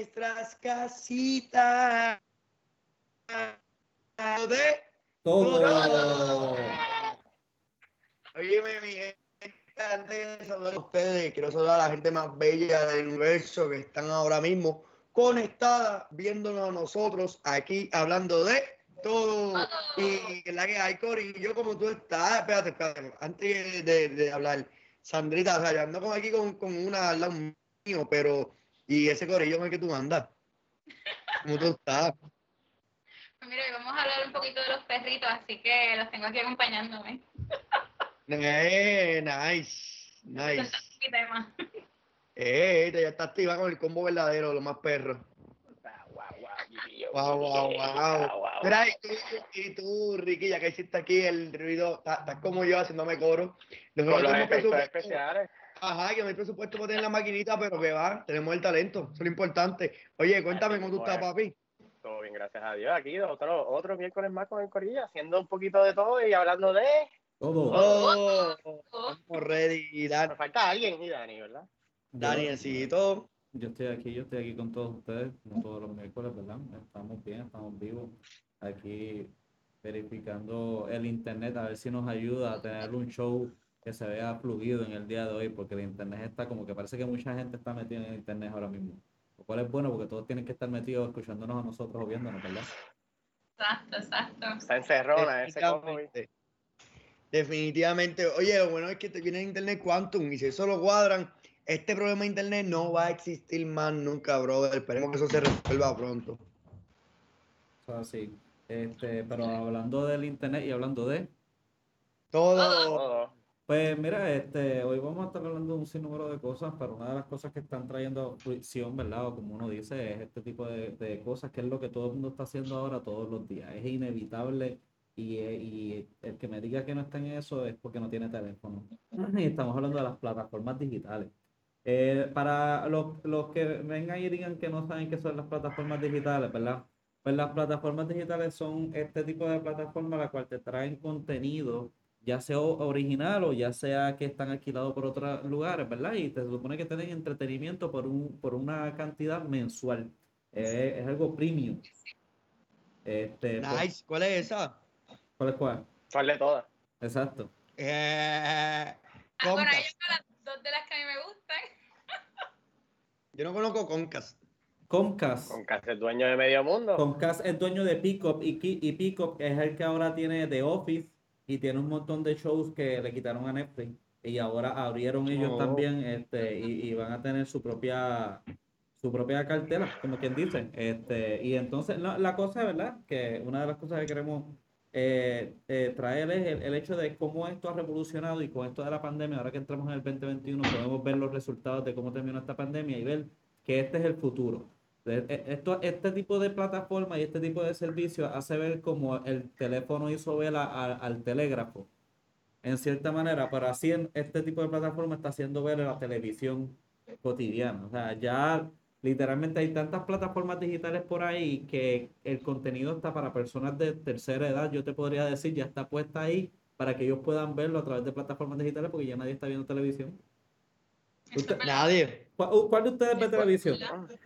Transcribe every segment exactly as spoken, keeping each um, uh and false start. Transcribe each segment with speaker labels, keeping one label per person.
Speaker 1: nuestras casitas de
Speaker 2: Todo.
Speaker 1: Óyeme, mi gente, antes de saludar a ustedes, quiero saludar a la gente más bella del universo que están ahora mismo conectada, viéndonos a nosotros aquí hablando de todo. Y la que hay, Cori, yo como tú estás, espérate, espérate, antes de, de hablar, Sandrita, o sea, yo ando como aquí con, con una al lado mío, pero, y ese corillo con el que tú andas, ¿cómo tú estás?
Speaker 3: Pues mira, hoy vamos a hablar un poquito de los perritos, así que los tengo aquí acompañándome.
Speaker 1: Eh, nice,
Speaker 3: Ese
Speaker 1: nice.
Speaker 3: es mi tema.
Speaker 1: Eh, ya está activa con el combo verdadero, lo más perro. Wow, wow, wow. Mira, y tú, y tú, Ricky, ya que hiciste aquí el ruido, estás estás como yo haciéndome coro. Nosotros
Speaker 4: Con los
Speaker 1: tenemos
Speaker 4: efectos
Speaker 1: presupuesto.
Speaker 4: especiales.
Speaker 1: Ajá, que no hay presupuesto para tener la maquinita, pero que va, tenemos el talento, eso es lo importante. Oye, cuéntame
Speaker 4: Así
Speaker 1: cómo tú
Speaker 4: mismo
Speaker 1: estás,
Speaker 4: es.
Speaker 1: papi.
Speaker 4: Todo bien, gracias a Dios. Aquí otro, otro miércoles más con el Corillo, haciendo un poquito de todo y hablando de...
Speaker 2: Todo.
Speaker 1: Oh, estamos ready,
Speaker 4: Me
Speaker 1: Dan,
Speaker 4: falta alguien y Dani, ¿verdad?
Speaker 1: Danielcito.
Speaker 2: Yo estoy aquí, yo estoy aquí con todos ustedes, como todos los miércoles, ¿verdad? Estamos bien, estamos vivos. Aquí verificando el internet, a ver si nos ayuda a tener un show que se vea fluido en el día de hoy, porque el internet está como que parece que mucha gente está metida en el internet ahora mismo. Lo cual es bueno porque todos tienen que estar metidos escuchándonos a nosotros o viéndonos, ¿verdad?
Speaker 3: Exacto, exacto.
Speaker 4: Está encerrona ese COVID.
Speaker 1: Definitivamente. Definitivamente. Oye, lo bueno es que te viene Internet Quantum y si eso lo cuadran, este problema de Internet no va a existir más nunca, brother. Esperemos que eso se resuelva pronto.
Speaker 2: O sea, sí. Este, pero hablando del internet y hablando de,
Speaker 1: Todo.
Speaker 4: Todo.
Speaker 2: pues mira, este, hoy vamos a estar hablando de un sinnúmero de cosas, pero una de las cosas que están trayendo fricción, ¿verdad? O como uno dice, es este tipo de, de cosas que es lo que todo el mundo está haciendo ahora todos los días. Es inevitable y, eh, y el que me diga que no está en eso es porque no tiene teléfono. Y estamos hablando de las plataformas digitales. Eh, para los, los que vengan y digan que no saben qué son las plataformas digitales, ¿verdad? Pues las plataformas digitales son este tipo de plataformas la cual te traen contenido, ya sea original o ya sea que están alquilados por otros lugares, ¿verdad? Y te supone que tienen entretenimiento por un, por una cantidad mensual. Eh, es algo premium. Este, pues,
Speaker 1: Nice. ¿Cuál es esa?
Speaker 2: ¿cuál es cuál?
Speaker 4: ¿Cuál de todas?
Speaker 2: Exacto.
Speaker 1: Eh,
Speaker 3: Ah, bueno, ahí
Speaker 1: Comcast.
Speaker 3: van las dos de las que a mí me gustan.
Speaker 1: Yo no conozco Comcast.
Speaker 2: Comcast.
Speaker 4: Con casi el dueño de medio mundo.
Speaker 2: Comcast es dueño de Peacock y, Ki- y Peacock es el que ahora tiene The Office y tiene un montón de shows que le quitaron a Netflix y ahora abrieron ellos
Speaker 1: Oh.
Speaker 2: también este y, y van a tener su propia su propia cartela, como quien dice. Este, y entonces la, la cosa, ¿verdad? Que una de las cosas que queremos eh, eh, traer es el, el hecho de cómo esto ha revolucionado y con esto de la pandemia, ahora que entramos en el veinte veintiuno, podemos ver los resultados de cómo terminó esta pandemia y ver que este es el futuro. E- e- Esto, este tipo de plataforma y este tipo de servicio hace ver como el teléfono hizo ver a- a- al telégrafo, en cierta manera, pero así en este tipo de plataforma está haciendo ver la televisión cotidiana. O sea, ya literalmente hay tantas plataformas digitales por ahí que el contenido está para personas de tercera edad, yo te podría decir, ya está puesta ahí para que ellos puedan verlo a través de plataformas digitales porque ya nadie está viendo televisión.
Speaker 3: Eso es
Speaker 2: Usted-
Speaker 3: verdad.
Speaker 1: Nadie.
Speaker 2: ¿Cuál, cuál de ustedes ve televisión?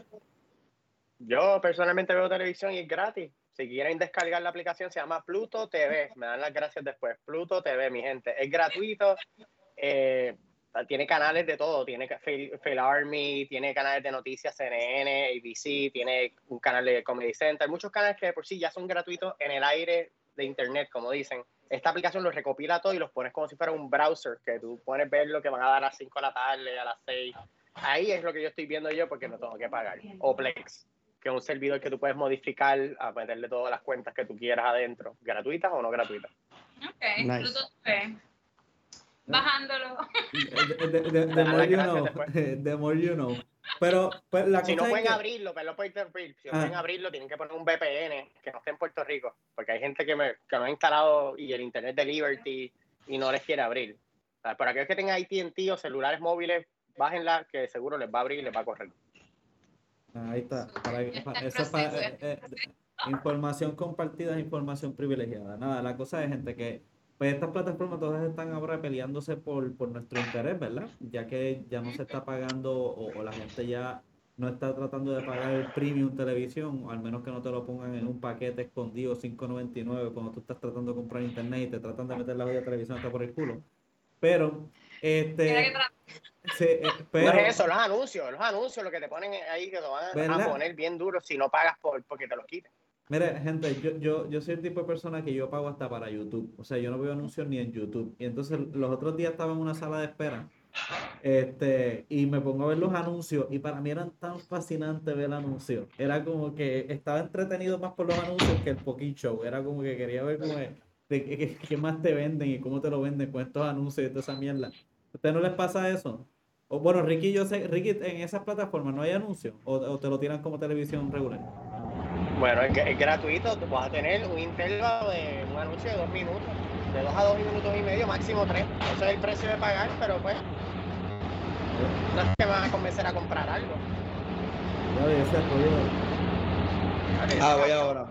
Speaker 4: Yo personalmente veo televisión y es gratis. Si quieren descargar la aplicación, se llama Pluto T V. Me dan las gracias después. Pluto T V, mi gente. Es gratuito. Eh, tiene canales de todo. Tiene Fail, Fail Army, tiene canales de noticias C N N, A B C, tiene un canal de Comedy Center. Muchos canales que de por sí ya son gratuitos en el aire de internet, como dicen. Esta aplicación los recopila todo y los pones como si fuera un browser, que tú puedes ver lo que van a dar a las cinco de la tarde, a las seis. Ahí es lo que yo estoy viendo yo porque no tengo que pagar. O Plex, que es un servidor que tú puedes modificar a meterle todas las cuentas que tú quieras adentro, gratuitas o no gratuitas.
Speaker 3: Ok,
Speaker 1: Nice.
Speaker 3: Pluto T V. Bajándolo.
Speaker 2: The, the- the- the
Speaker 4: Dan
Speaker 2: more
Speaker 4: las
Speaker 2: you
Speaker 4: gracias
Speaker 2: know,
Speaker 4: después.
Speaker 2: the more you know. Pero pues, la
Speaker 4: Si no
Speaker 2: cosa es
Speaker 4: pueden
Speaker 2: que
Speaker 4: abrirlo, pero lo pueden abrir. Si no
Speaker 2: Ah.
Speaker 4: pueden abrirlo, tienen que poner un V P N que no esté en Puerto Rico, porque hay gente que, me, que no ha instalado y el internet de Liberty y no les quiere abrir. O sea, para aquellos que tengan A T and T o celulares móviles, bájenla, que seguro les va a abrir y les va a correr.
Speaker 2: ahí está. Para,
Speaker 3: Ya está
Speaker 2: para-
Speaker 3: en
Speaker 2: eso es para,
Speaker 3: proceso,
Speaker 2: eh, eh, información compartida es información privilegiada. Nada, la cosa es, gente, que pues estas plataformas todas están ahora peleándose por, por nuestro interés, ¿verdad? Ya que ya no se está pagando o, o la gente ya no está tratando de pagar el premium televisión, o al menos que no te lo pongan en un paquete escondido cinco noventa y nueve cuando tú estás tratando de comprar internet y te tratan de meter la jodida televisión hasta por el culo. Pero,
Speaker 3: Mira que
Speaker 2: este,
Speaker 3: tra-
Speaker 2: sí, eh,
Speaker 4: No
Speaker 2: pero,
Speaker 4: es eso, los anuncios, los anuncios, lo que te ponen ahí, que te van a
Speaker 2: ¿verdad?
Speaker 4: poner bien duro si no pagas por porque te los quiten.
Speaker 2: Mire, gente, yo, yo, yo soy el tipo de persona que yo pago hasta para YouTube. O sea, yo no veo anuncios ni en YouTube. Y entonces los otros días estaba en una sala de espera, este, y me pongo a ver los anuncios y para mí eran tan fascinantes ver el anuncio. Era como que estaba entretenido más por los anuncios que el Poking Show. Era como que quería ver como de, de qué, qué- qué más te venden y cómo te lo venden con estos anuncios y toda esa mierda. ¿A usted no les pasa eso? O bueno, Ricky, yo sé, Ricky, en esas plataformas no hay anuncios o, o te lo tiran como televisión regular.
Speaker 4: Bueno, es, es gratuito, tú vas a tener un intervalo de un anuncio de dos minutos, de dos a dos minutos y medio, máximo tres. Ese es el precio de pagar, pero pues no es que me van a convencer a comprar algo.
Speaker 2: Ya ve ese rollo.
Speaker 1: Ah, voy ahora.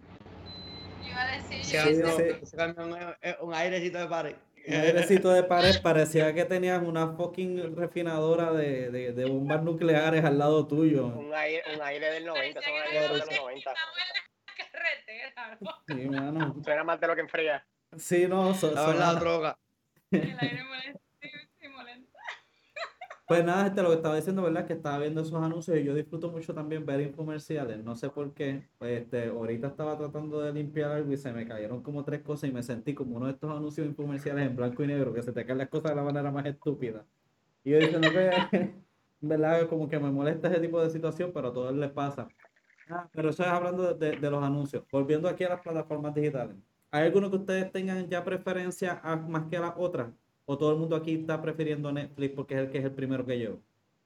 Speaker 3: yo iba a decir,
Speaker 1: Ese
Speaker 3: yo
Speaker 2: Sí,
Speaker 3: iba a
Speaker 1: cambio,
Speaker 3: decir,
Speaker 2: sí.
Speaker 1: ese cambio es- es un airecito de pared.
Speaker 2: Un airecito de pared, parecía que tenías una fucking refinadora de, de, de bombas nucleares al lado tuyo.
Speaker 4: Un aire, un aire del noventa,
Speaker 3: parecía
Speaker 4: son
Speaker 3: que
Speaker 4: aires
Speaker 3: no
Speaker 4: de los noventa.
Speaker 3: estamos en la carretera, ¿no?
Speaker 2: Sí, mano.
Speaker 4: Suena más de lo que enfría.
Speaker 2: Sí, no, so-
Speaker 1: Estaba en la
Speaker 2: sonaba.
Speaker 1: droga.
Speaker 3: El aire molesto y molesta.
Speaker 2: Pues nada, este, lo que estaba diciendo, ¿verdad? Que estaba viendo esos anuncios y yo disfruto mucho también ver infomerciales. No sé por qué. Pues, este, ahorita estaba tratando de limpiar algo y se me cayeron como tres cosas y me sentí como uno de estos anuncios infomerciales en blanco y negro que se te caen las cosas de la manera más estúpida. Y yo diciendo que, ¿verdad? Como que me molesta ese tipo de situación, pero a todos les pasa. Ah, pero eso es hablando de, de- de los anuncios. Volviendo aquí a las plataformas digitales. ¿Hay alguno que ustedes tengan ya preferencia a- más que a las otras? ¿O todo el mundo aquí está prefiriendo Netflix porque es el que es el primero que llevo?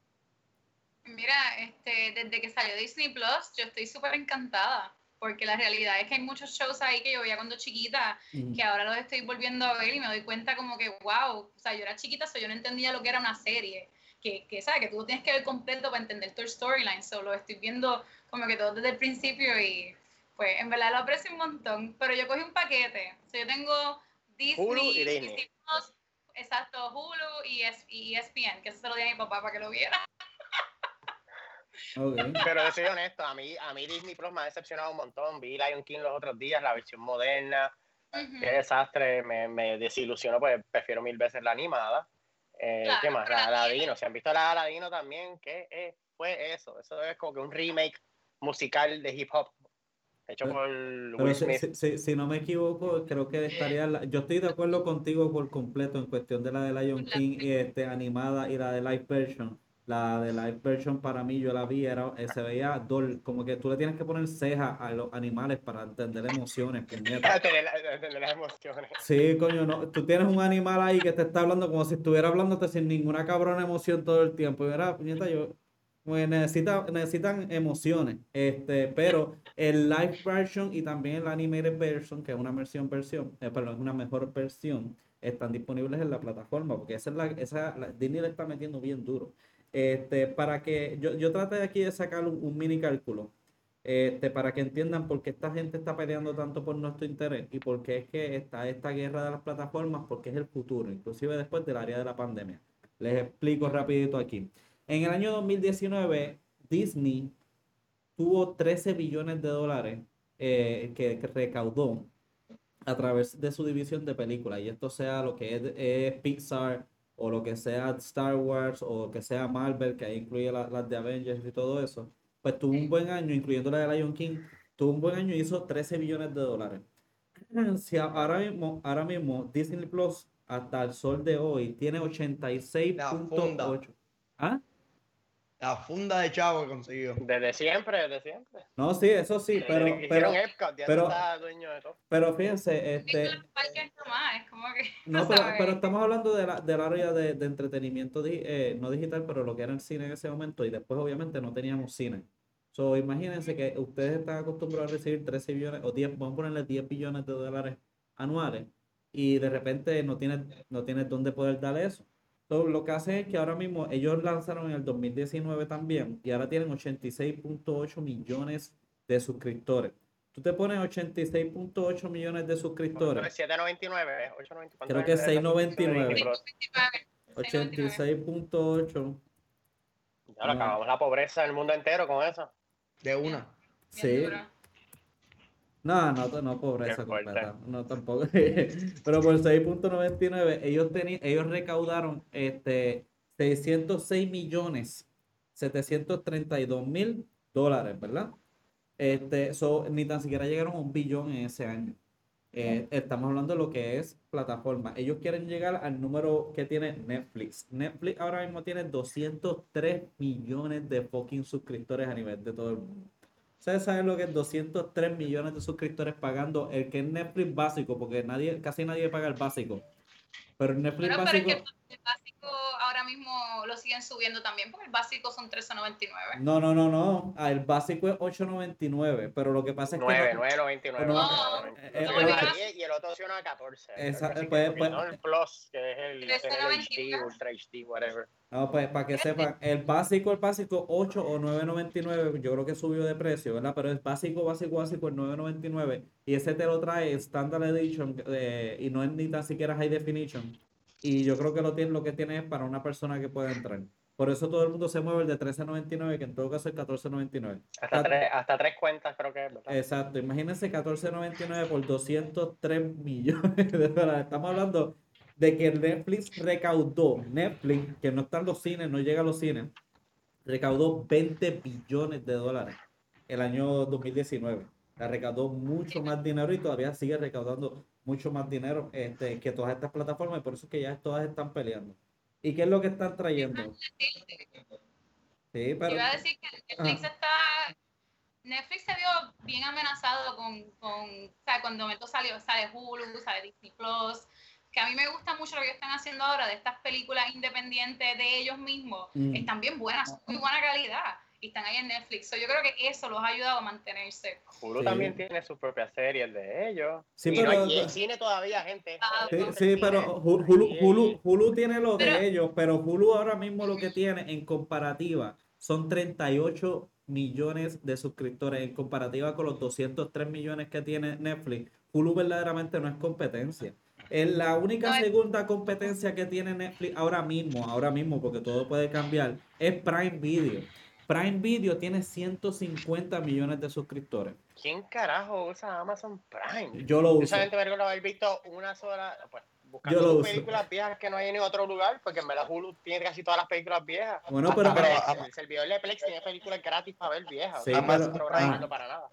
Speaker 3: Mira, este, desde que salió Disney Plus, yo estoy súper encantada, porque la realidad es que hay muchos shows ahí que yo veía cuando chiquita,
Speaker 2: Ujú.
Speaker 3: que ahora los estoy volviendo a ver y me doy cuenta como que, wow, o sea, yo era chiquita, so yo no entendía lo que era una serie, que, que ¿sabes? Que tú lo tienes que ver completo para entender tu storyline, solo estoy viendo como que todo desde el principio y pues en verdad lo aprecio un montón, pero yo cogí un paquete, o sea, yo tengo Disney,
Speaker 4: Hulu y Disney.
Speaker 3: Disney Plus, exacto, Hulu y, es, y E S P N, que eso se lo di a mi papá para que lo viera.
Speaker 2: Ok.
Speaker 4: Pero yo soy honesto, a mí, a mí Disney Plus me ha decepcionado un montón. Vi Lion King los otros días, la versión moderna.
Speaker 3: Ujú.
Speaker 4: Qué desastre, me, me desilusionó, pues prefiero mil veces la animada. Eh,
Speaker 3: Claro,
Speaker 4: ¿Qué más?
Speaker 3: pero
Speaker 4: La
Speaker 3: la
Speaker 4: Aladino. ¿Se han visto la Aladino también? ¿Qué es? Fue eso? Eso es como que un remake musical de hip hop hecho
Speaker 2: Pero,
Speaker 4: por
Speaker 2: pero
Speaker 4: Will
Speaker 2: si,
Speaker 4: Smith.
Speaker 2: si- si- si no me equivoco, creo que estaría... la- yo estoy de acuerdo contigo por completo en cuestión de la de Lion King y este, animada y la de live version. La de live version para mí, yo la vi, era, eh, se veía dol- como que tú le tienes que poner cejas a los animales para entender emociones, puñeta.
Speaker 4: tener, la- tener las emociones.
Speaker 2: Sí, coño, no. Tú tienes un animal ahí que te está hablando como si estuviera hablándote sin ninguna cabrona emoción todo el tiempo. Y mira, puñeta, yo, pues necesita, necesitan emociones. Este, pero el live version y también el animated version, que es una versión, versión, eh, perdón, es una mejor versión, están disponibles en la plataforma, porque esa es la, esa, la- Disney le está metiendo bien duro. Este, para que, yo, yo traté aquí de sacar un, un mini cálculo este, para que entiendan por qué esta gente está peleando tanto por nuestro interés y por qué es que está esta guerra de las plataformas, porque es el futuro, inclusive después del área de la pandemia. Les explico rapidito aquí. En el año dos mil diecinueve, Disney tuvo trece billones de dólares eh, que, que recaudó a través de su división de películas, y esto sea lo que es, es Pixar o lo que sea Star Wars o que sea Marvel, que ahí incluye la- las de Avengers y todo eso, pues tuvo un buen año, incluyendo la de Lion King, tuvo un buen año y hizo trece billones de dólares. Si a- ahora mismo, ahora mismo Disney Plus hasta el sol de hoy tiene ochenta y seis
Speaker 1: La
Speaker 2: punto
Speaker 1: funda.
Speaker 2: ocho. ¿Ah?
Speaker 1: La funda de chavo que consiguió.
Speaker 4: Desde siempre, desde siempre.
Speaker 2: No, sí, eso sí,
Speaker 4: Desde
Speaker 2: pero,
Speaker 4: que
Speaker 2: pero,
Speaker 4: hicieron Epcot, ya
Speaker 2: pero,
Speaker 4: está dueño de todo.
Speaker 2: pero fíjense,
Speaker 3: Ni con
Speaker 2: este,
Speaker 3: los parques nomás, es como que,
Speaker 2: no,
Speaker 3: tú
Speaker 2: pero,
Speaker 3: sabes.
Speaker 2: pero estamos hablando de la, del área de, de entretenimiento, di- eh, no digital, pero lo que era el cine en ese momento, y después obviamente no teníamos cine. So, imagínense que ustedes están acostumbrados a recibir trece billones, o diez, vamos a ponerle diez billones de dólares anuales, y de repente no tienes, no tienes dónde poder darle eso. So, lo que hace es que ahora mismo ellos lanzaron en el dos mil diecinueve también, y ahora tienen ochenta y seis punto ocho millones de suscriptores. Tú te pones ochenta y seis punto ocho millones de suscriptores.
Speaker 4: siete noventa y nueve, ocho noventa y nueve.
Speaker 2: Creo que es
Speaker 4: ¿Cuánto es la
Speaker 2: seis noventa y
Speaker 4: suscripción de
Speaker 2: nueve.
Speaker 4: Disney Plus?
Speaker 2: ochenta y seis punto ocho
Speaker 4: Ya lo acabamos la pobreza del mundo entero con eso.
Speaker 1: De una.
Speaker 3: Bien
Speaker 2: Sí.
Speaker 3: duro.
Speaker 2: No, no, no pobreza
Speaker 4: Qué fuerte.
Speaker 2: completa, no tampoco. Pero por seis punto noventa y nueve, ellos tenían, ellos recaudaron este seiscientos seis millones setecientos treinta y dos mil dólares, ¿verdad? Este, so, ni tan siquiera llegaron a un billón en ese año. Eh, estamos hablando de lo que es plataforma. Ellos quieren llegar al número que tiene Netflix. Netflix ahora mismo tiene doscientos tres millones de fucking suscriptores a nivel de todo el mundo. ¿Ustedes saben lo que es doscientos tres millones de suscriptores pagando el que es Netflix básico? Porque nadie, casi nadie paga el básico. Pero el Netflix
Speaker 3: Bueno, pero es
Speaker 2: básico...
Speaker 3: que el básico ahora mismo lo siguen subiendo también, porque el básico son trece noventa y nueve.
Speaker 2: No, no, no, no. Ah, el básico es ocho noventa y nueve, pero lo que pasa es que...
Speaker 4: nueve,
Speaker 2: no-
Speaker 4: nueve noventa y nueve.
Speaker 2: no,
Speaker 3: No,
Speaker 2: eh, eh,
Speaker 3: no,
Speaker 2: eh,
Speaker 3: mira.
Speaker 4: Y el otro opción a catorce.
Speaker 2: Esa-
Speaker 4: Creo que sí,
Speaker 2: pues-
Speaker 4: porque
Speaker 2: pues-
Speaker 4: no el Plus, que es el,
Speaker 3: trece
Speaker 4: el
Speaker 3: noventa y
Speaker 4: H D,
Speaker 3: nueve.
Speaker 4: Ultra H D, whatever.
Speaker 2: No, pues para que sepan, el básico, el básico ocho o nueve noventa y nueve, yo creo que subió de precio, ¿verdad? Pero el básico, básico, básico, el nueve noventa y nueve, y ese te lo trae Standard Edition, eh, y no es ni tan siquiera High Definition. Y yo creo que lo tiene, lo que tiene es para una persona que pueda entrar. Por eso todo el mundo se mueve el de trece noventa y nueve, que en todo caso es catorce noventa y nueve.
Speaker 4: Hasta, tres, hasta tres cuentas creo que es, ¿verdad?
Speaker 2: Exacto, imagínense catorce noventa y nueve por doscientos tres millones de dólares. Estamos hablando de que Netflix recaudó, Netflix, que no está en los cines, no llega a los cines, recaudó veinte billones de dólares el año dos mil diecinueve. La recaudó mucho más dinero y todavía sigue recaudando mucho más dinero este, que todas estas plataformas, y por eso es que ya todas están peleando. ¿Y qué es lo que están trayendo? Sí, pero...
Speaker 3: Iba a decir que Netflix
Speaker 2: Ah.
Speaker 3: está. Netflix se vio bien amenazado con, con o sea, cuando momento salió, sale Hulu, sale Disney Plus, que a mí me gusta mucho lo que están haciendo ahora de estas películas independientes de ellos mismos,
Speaker 2: Mm.
Speaker 3: están bien buenas, son muy buena calidad, y están ahí en Netflix. So, yo creo que eso los ha ayudado a mantenerse.
Speaker 4: Hulu
Speaker 2: Sí.
Speaker 4: también tiene sus propias series de ellos.
Speaker 2: Sí,
Speaker 4: y,
Speaker 2: pero-
Speaker 4: no, y el cine todavía, gente.
Speaker 3: Ah,
Speaker 2: Sí,
Speaker 4: Joder,
Speaker 2: sí,
Speaker 4: el
Speaker 2: pero
Speaker 4: cine.
Speaker 2: Hulu, Hulu,
Speaker 4: Sí,
Speaker 2: Hulu, Hulu tiene lo de
Speaker 3: Pero-
Speaker 2: ellos, pero Hulu ahora mismo lo que tiene en comparativa son treinta y ocho millones de suscriptores en comparativa con los doscientos tres millones que tiene Netflix. Hulu verdaderamente no es competencia. Es la única
Speaker 3: No es-
Speaker 2: segunda competencia que tiene Netflix ahora mismo, ahora mismo, porque todo puede cambiar, es Prime Video. Prime Video tiene ciento cincuenta millones de suscriptores.
Speaker 4: ¿Quién carajo usa Amazon Prime?
Speaker 2: Yo lo
Speaker 4: Yo
Speaker 2: uso.
Speaker 4: solamente me recuerdo haber visto una sola, pues, buscando
Speaker 2: Yo lo
Speaker 4: tus
Speaker 2: uso.
Speaker 4: películas viejas que no hay en otro lugar, porque en verdad Hulu tiene casi todas las películas viejas.
Speaker 2: Bueno,
Speaker 1: Ah,
Speaker 2: pero...
Speaker 1: pero-
Speaker 4: Plex,
Speaker 1: ah,
Speaker 4: el servidor de Plex tiene películas gratis para ver viejas.
Speaker 2: Sí,
Speaker 4: o sea, no
Speaker 2: pero-
Speaker 4: estoy programando
Speaker 2: ah.
Speaker 4: para nada.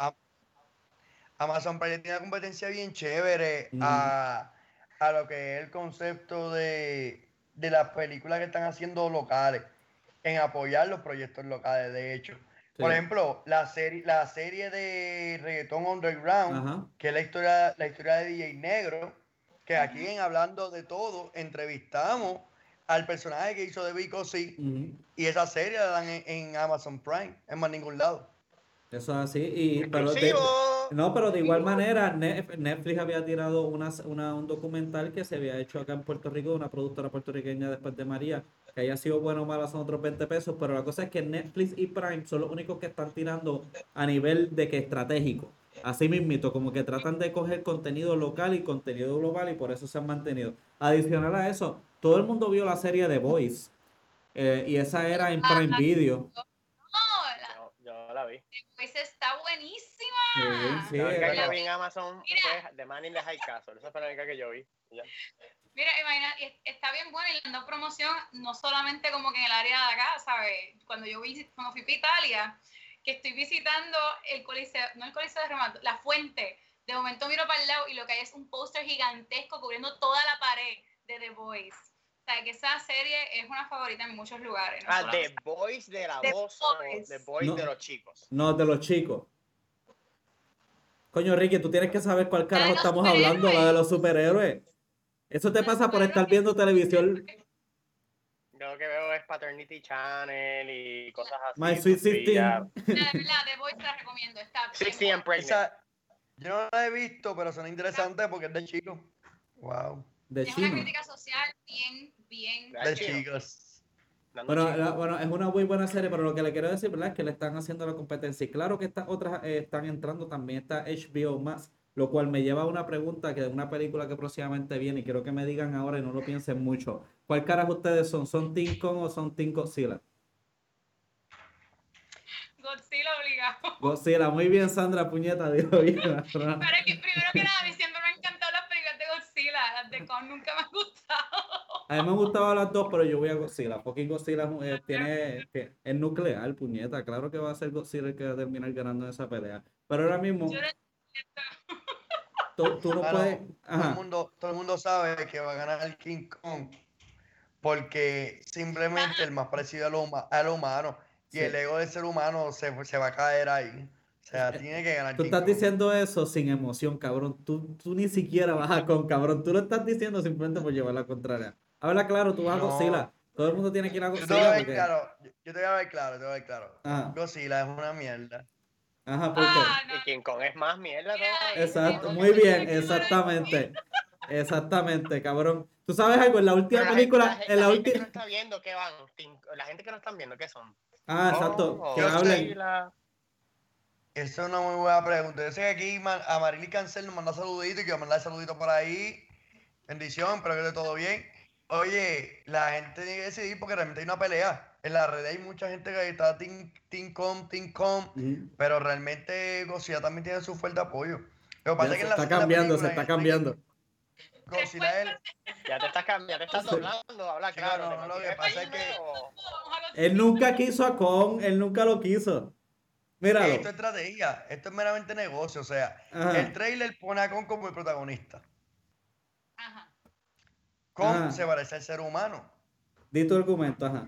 Speaker 1: Amazon Prime tiene una competencia bien chévere
Speaker 2: Mm.
Speaker 1: a, a lo que es el concepto de, de las películas que están haciendo locales, en apoyar los proyectos locales, de hecho. Por
Speaker 2: Sí.
Speaker 1: ejemplo, la serie, la serie de Reggaeton Underground,
Speaker 2: Ajá.
Speaker 1: que es la historia, la historia de D J Negro, que aquí en Hablando de Todo entrevistamos al personaje que hizo de Vico C,
Speaker 2: Ujú.
Speaker 1: y esa serie la dan en, en Amazon Prime, en más ningún lado.
Speaker 2: Eso es así. Y, pero de-
Speaker 4: ¡Exclusivo!
Speaker 2: no, pero de igual manera, Net- Netflix había tirado una, una- un documental que se había hecho acá en Puerto Rico, de una productora puertorriqueña después de María, que haya sido bueno o malo son otros veinte pesos, pero la cosa es que Netflix y Prime son los únicos que están tirando a nivel de que estratégico. Así mismito, como que tratan de coger contenido local y contenido global, y por eso se han mantenido. Adicional a eso, todo el mundo vio la serie The Voice, eh, y esa era en Prime Video.
Speaker 3: No, la
Speaker 4: Yo, yo la vi.
Speaker 3: Voice está buenísima.
Speaker 2: Sí, sí,
Speaker 4: La única
Speaker 2: eh,
Speaker 4: que vi en Amazon
Speaker 3: Mira.
Speaker 4: fue The Man in the High Castle. Esa fue la única que yo vi. Ya.
Speaker 3: Mira, imagina, y es- está bien buena y le han dado promoción, no solamente como que en el área de acá, ¿sabes? Cuando yo vi, cuando fui para Italia, que estoy visitando el Coliseo, no el Coliseo de Roma, la fuente, de momento miro para el lado y lo que hay es un póster gigantesco cubriendo toda la pared de The Voice. O sea, que esa serie es una favorita en muchos lugares. ¿no?
Speaker 4: Ah, The Voice de la
Speaker 3: The
Speaker 4: voz
Speaker 3: Voice.
Speaker 4: o The Voice
Speaker 2: No.
Speaker 4: de los chicos.
Speaker 2: No, de los chicos. Coño, Ricky, tú tienes que saber cuál carajo
Speaker 3: de los
Speaker 2: estamos hablando, la de los superhéroes. Eso te
Speaker 3: Los
Speaker 2: pasa por estar
Speaker 3: superhéroes.
Speaker 2: viendo televisión.
Speaker 4: Yo lo que veo es Paternity Channel y cosas así.
Speaker 2: My Sweet
Speaker 4: sencillas.
Speaker 2: sixteen.
Speaker 3: La verdad, The Voice te la recomiendo. Está bien
Speaker 4: sixteen and
Speaker 3: buena.
Speaker 4: Pregnant.
Speaker 1: Esa, yo no la he visto, pero son interesantes porque es de chicos. Wow.
Speaker 2: De
Speaker 3: Es una
Speaker 2: chino.
Speaker 3: crítica social bien, bien.
Speaker 4: ¿Verdad,
Speaker 1: De
Speaker 4: chino?
Speaker 1: chicos.
Speaker 4: Dando
Speaker 2: Bueno,
Speaker 4: chino.
Speaker 2: la- bueno, es una muy buena serie, pero lo que le quiero decir, ¿verdad? Es que le están haciendo la competencia. Y claro que estas otras eh, están entrando, también está H B O Max, lo cual me lleva a una pregunta que de una película que próximamente viene, y quiero que me digan ahora y no lo piensen mucho. ¿Cuál carajo ustedes son? ¿Son Team Kong o son Team Godzilla?
Speaker 3: Godzilla obligado.
Speaker 2: Godzilla, muy bien, Sandra, puñeta, dijo bien.
Speaker 3: Pero es que primero que nada, a mí siempre me han encantado las películas de Godzilla. Las de Kong nunca me han gustado.
Speaker 2: A mí me han gustado las dos, pero yo voy a Godzilla. Fucking Godzilla eh, tiene, que- es nuclear, puñeta. Claro que va a ser Godzilla el que va a terminar ganando esa pelea. Pero ahora mismo,
Speaker 3: Yo no-
Speaker 2: tú, tú no
Speaker 1: Mano,
Speaker 2: puedes.
Speaker 1: todo el
Speaker 2: Ajá.
Speaker 1: mundo, todo el mundo sabe que va a ganar el King Kong porque simplemente el más parecido a lo, huma- a lo humano y
Speaker 2: Sí.
Speaker 1: el ego del ser humano se, se va a caer ahí. O sea, tiene que ganar
Speaker 2: Tú
Speaker 1: King
Speaker 2: estás
Speaker 1: Kong.
Speaker 2: diciendo eso sin emoción, cabrón. Tú, tú ni siquiera vas a con, cabrón. Tú lo estás diciendo simplemente por llevar la contraria. Habla claro, tú vas a
Speaker 1: No.
Speaker 2: Godzilla. Todo el mundo tiene que ir a
Speaker 1: Yo te voy
Speaker 2: Godzilla
Speaker 1: a ver
Speaker 2: porque.
Speaker 1: claro, yo, yo te voy a ver claro, te voy a ver claro.
Speaker 2: Ajá.
Speaker 1: Godzilla es una mierda.
Speaker 2: Ajá, ¿por qué?
Speaker 3: Ah, no,
Speaker 4: Y King Kong es más mierda
Speaker 3: Mira,
Speaker 4: todavía.
Speaker 2: Exacto,
Speaker 3: sí,
Speaker 2: muy
Speaker 3: sí,
Speaker 2: bien,
Speaker 3: sí, sí,
Speaker 2: exactamente. Exactamente, cabrón. Tú sabes algo, en la última
Speaker 4: Pero la, gente-
Speaker 2: película,
Speaker 4: la,
Speaker 2: en
Speaker 4: la
Speaker 2: la
Speaker 4: gente que no
Speaker 2: última.
Speaker 4: está viendo, ¿qué van? King- La gente que no están viendo, ¿qué son?
Speaker 2: Ah, exacto,
Speaker 4: Kong o
Speaker 2: que
Speaker 1: Yo sé.
Speaker 2: hablen.
Speaker 4: Godzilla.
Speaker 1: Esa es una muy buena pregunta. Yo sé que aquí Ma- Amarili Cancel nos manda saluditos y que va a mandar saluditos por ahí. Bendición, espero que esté todo bien. Oye, la gente tiene que decidir porque realmente hay una pelea. En la red hay mucha gente que está Team, team Com, Team Com,
Speaker 2: Ujú.
Speaker 1: pero realmente Godzilla también tiene su fuerte apoyo. Lo que pasa
Speaker 2: Ya
Speaker 1: es que
Speaker 2: se
Speaker 1: en la
Speaker 2: está
Speaker 1: segunda
Speaker 2: cambiando, se
Speaker 1: película,
Speaker 2: está
Speaker 1: en-
Speaker 2: cambiando.
Speaker 1: Godzilla es el...
Speaker 4: Ya te estás, cam- ya te estás
Speaker 2: Sí.
Speaker 4: doblando, habla
Speaker 1: Chico,
Speaker 4: claro.
Speaker 1: no,
Speaker 4: ¿te
Speaker 1: no, lo
Speaker 4: mantienes
Speaker 1: que pasa es
Speaker 4: firme
Speaker 1: que-
Speaker 4: o-
Speaker 3: vamos a
Speaker 2: Él nunca quiso a Kong, él nunca lo quiso. Míralo.
Speaker 1: Esto es estrategia, esto es meramente negocio. O sea,
Speaker 2: Ajá.
Speaker 1: el trailer pone a Kong como el protagonista.
Speaker 3: Ajá.
Speaker 1: Kong
Speaker 2: Ajá.
Speaker 1: se parece al ser humano.
Speaker 2: Di tu argumento, ajá.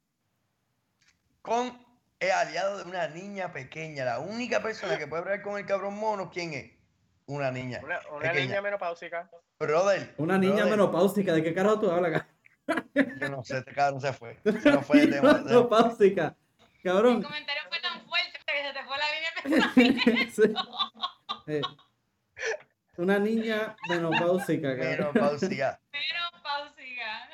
Speaker 1: Kong es aliado de una niña pequeña. La única persona que puede hablar con el cabrón mono, ¿quién es? Una niña.
Speaker 4: Una, una
Speaker 1: pequeña.
Speaker 4: niña menopáusica.
Speaker 1: Brother.
Speaker 2: Una niña
Speaker 1: brother,
Speaker 2: menopáusica, ¿de qué carajo tú hablas?
Speaker 1: Yo no sé, este cabrón se fue. Se nos fue de tema. se-
Speaker 2: Menopáusica,
Speaker 3: El
Speaker 2: cabrón.
Speaker 3: comentario fue tan fuerte que se te fue la línea de
Speaker 2: Sí. Eh, Una niña menopáusica, cabrón.
Speaker 1: Menopausia.
Speaker 3: menopáusica.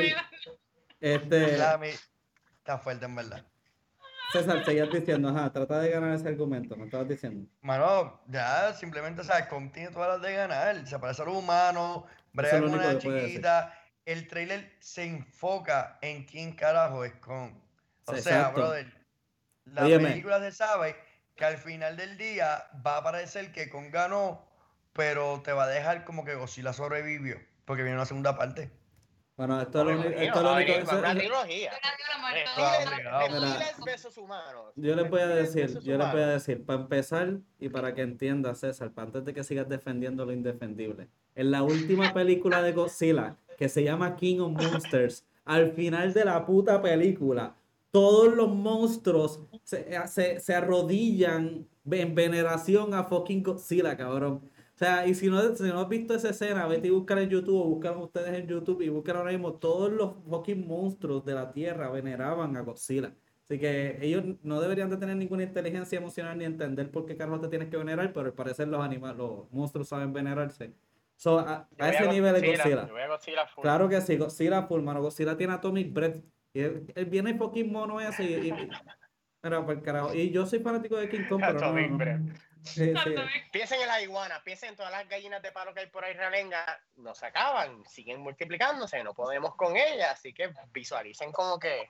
Speaker 2: Ok. Este,
Speaker 1: La mi- Está fuerte en verdad.
Speaker 2: César, seguías diciendo, ajá, trata de ganar ese argumento, me estabas diciendo.
Speaker 1: Mano, ya simplemente, o sea, Kong tiene todas las de ganar. Se parece a los humanos, brega
Speaker 2: es lo
Speaker 1: con
Speaker 2: único
Speaker 1: una
Speaker 2: que puede decir.
Speaker 1: chiquita. El trailer se enfoca en quién carajo es Kong. O
Speaker 2: Sí,
Speaker 1: sea,
Speaker 2: exacto.
Speaker 1: brother, la
Speaker 2: Óyeme.
Speaker 1: película se sabe que al final del día va a parecer que Kong ganó, pero te va a dejar como que Godzilla sobrevivió, porque viene una segunda parte.
Speaker 2: Bueno, esto es
Speaker 4: No,
Speaker 2: lo
Speaker 4: me
Speaker 2: único,
Speaker 4: imagino,
Speaker 2: esto es lo
Speaker 4: va a
Speaker 2: único.
Speaker 4: venir- va a haber
Speaker 2: eso-
Speaker 4: una
Speaker 2: eso-
Speaker 4: trilogía.
Speaker 3: Gracias a la muerte.
Speaker 1: Claro,
Speaker 4: Reptiles,
Speaker 1: obligado.
Speaker 4: reptiles versus humanos.
Speaker 2: Yo les voy a
Speaker 4: Reptiles
Speaker 2: decir,
Speaker 4: versus
Speaker 2: yo les voy a
Speaker 4: humanos.
Speaker 2: decir, para empezar y para que entiendas, César, para antes de que sigas defendiendo lo indefendible. En la última película de Godzilla, que se llama King of Monsters, al final de la puta película, todos los monstruos se, se, se arrodillan en veneración a fucking Godzilla, cabrón. O sea, y si no, si no has visto esa escena, vete y búscala en YouTube, o búscala ustedes en YouTube y buscan ahora mismo, todos los fucking monstruos de la Tierra veneraban a Godzilla. Así que ellos no deberían de tener ninguna inteligencia emocional ni entender por qué carajo te tienes que venerar, pero al parecer los animales, los monstruos saben venerarse. So, a,
Speaker 4: Yo
Speaker 2: a
Speaker 4: voy
Speaker 2: ese nivel de
Speaker 4: Godzilla,
Speaker 2: Godzilla.
Speaker 4: Yo voy a Godzilla full.
Speaker 2: Claro que sí, Godzilla full, mano. Godzilla tiene Atomic Breath. Y él, él viene el fucking mono ese y, y, y- mira, por carajo. Y yo soy fanático de King Kong, pero no,
Speaker 4: Atomic
Speaker 2: no, no.
Speaker 4: Breath.
Speaker 2: Sí, sí.
Speaker 4: Piensen en las iguanas, piensen en todas las gallinas de palo que hay por ahí realenga, no se acaban, siguen multiplicándose, no podemos con ellas, así que visualicen como que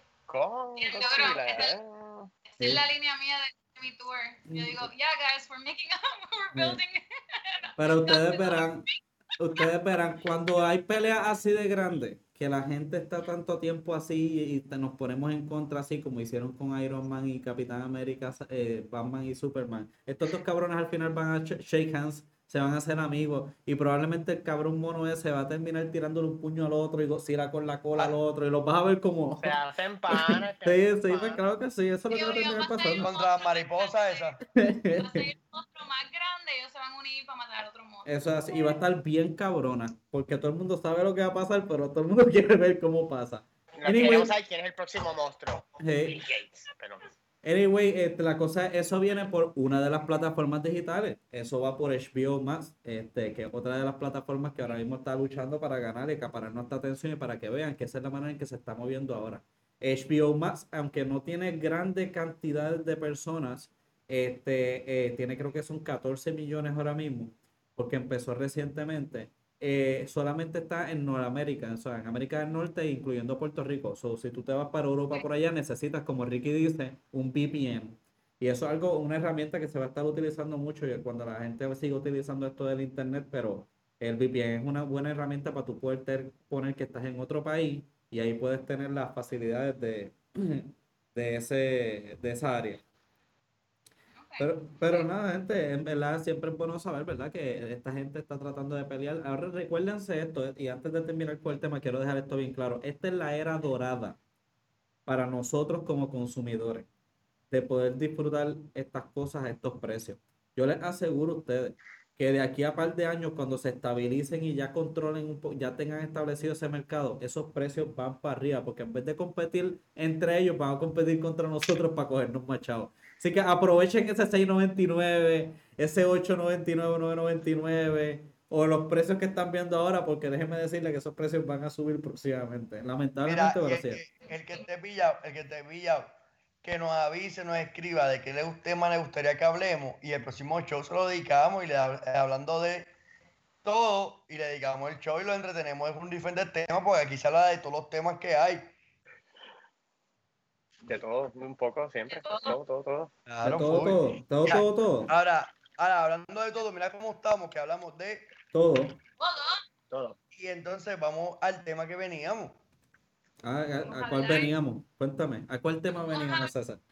Speaker 4: con
Speaker 3: Sí, yo creo
Speaker 4: Godzilla,
Speaker 3: que es-
Speaker 4: ¿eh?
Speaker 3: Esa es la línea mía de mi tour. Yo digo, yeah, guys, we're making we're building.
Speaker 2: Pero ustedes verán, ustedes verán, cuando hay peleas así de grandes, que la gente está tanto tiempo así y te- nos ponemos en contra así como hicieron con Iron Man y Capitán América, eh, Batman y Superman. Estos dos cabrones al final van a sh- shake hands, se van a hacer amigos y probablemente el cabrón mono ese va a terminar tirándole un puño al otro y Godzilla con la cola al otro y los vas a ver como...
Speaker 4: Se hacen panas. se
Speaker 2: Sí,
Speaker 4: hacen
Speaker 2: sí, pues
Speaker 4: panas.
Speaker 2: claro que sí, eso es lo que va a
Speaker 3: Digo, yo
Speaker 2: terminar
Speaker 3: pasé-
Speaker 2: pasando.
Speaker 1: Contra la mariposa esa.
Speaker 3: Va a ser otro más grande, ellos se van a unir para matar a otro monstruo.
Speaker 2: Eso es así, y va a estar bien cabrona, porque todo el mundo sabe lo que va a pasar, pero todo el mundo quiere ver cómo pasa.
Speaker 4: No
Speaker 2: Anyway.
Speaker 4: queremos saber quién es el próximo monstruo.
Speaker 2: Sí.
Speaker 4: Bill Gates. Pero
Speaker 2: Anyway, este, la cosa, eso viene por una de las plataformas digitales. Eso va por H B O Max, este, que es otra de las plataformas que ahora mismo está luchando para ganar y acaparar nuestra atención y para que vean que esa es la manera en que se está moviendo ahora. H B O Max, aunque no tiene grandes cantidades de personas, este, eh, tiene creo que son catorce millones ahora mismo, porque empezó recientemente. eh, solamente está en Norteamérica, o sea, en América del Norte, incluyendo Puerto Rico. So, si tú te vas para Europa por allá, necesitas, como Ricky dice, un V P N. Y eso es algo, una herramienta que se va a estar utilizando mucho y cuando la gente sigue utilizando esto del internet, pero el V P N es una buena herramienta para tú poder ter- poner que estás en otro país y ahí puedes tener las facilidades de, de, ese, de esa área. Pero, pero nada, gente, en verdad siempre es bueno saber, ¿verdad? Que esta gente está tratando de pelear. Ahora recuérdense esto, eh, y antes de terminar con el tema, quiero dejar esto bien claro. Esta es la era dorada para nosotros como consumidores, de poder disfrutar estas cosas a estos precios. Yo les aseguro a ustedes que de aquí a par de años, cuando se estabilicen y ya controlen un poco, ya tengan establecido ese mercado, esos precios van para arriba, porque en vez de competir entre ellos, van a competir contra nosotros para cogernos machados. Así que aprovechen ese seis noventa y nueve, ese ocho noventa y nueve, nueve noventa y nueve, o los precios que están viendo ahora, porque déjenme decirles que esos precios van a subir próximamente. Lamentablemente,
Speaker 1: Mira, y
Speaker 2: pero
Speaker 1: el
Speaker 2: sí.
Speaker 1: que, el que esté pillado, el que esté pillado, que nos avise, nos escriba de qué le- tema le gustaría que hablemos y el próximo show se lo dedicamos y le hab- hablando de todo y le dedicamos el show y lo entretenemos en un diferente tema porque aquí se habla de todos los temas que hay.
Speaker 4: De todo, un poco, siempre. Todo, todo, todo.
Speaker 2: De
Speaker 1: Claro,
Speaker 2: todo,
Speaker 1: full.
Speaker 2: todo, todo,
Speaker 1: Ya,
Speaker 2: todo, todo,
Speaker 1: ahora, ahora, hablando de todo, mira cómo estamos, que hablamos de
Speaker 2: todo.
Speaker 4: Todo.
Speaker 1: y entonces vamos al tema que veníamos.
Speaker 2: ¿A, a-
Speaker 3: Vamos
Speaker 2: a
Speaker 3: a
Speaker 2: cuál
Speaker 3: hablar.
Speaker 2: veníamos? Cuéntame, ¿a cuál tema
Speaker 3: Vamos
Speaker 2: veníamos,
Speaker 3: a-
Speaker 2: César?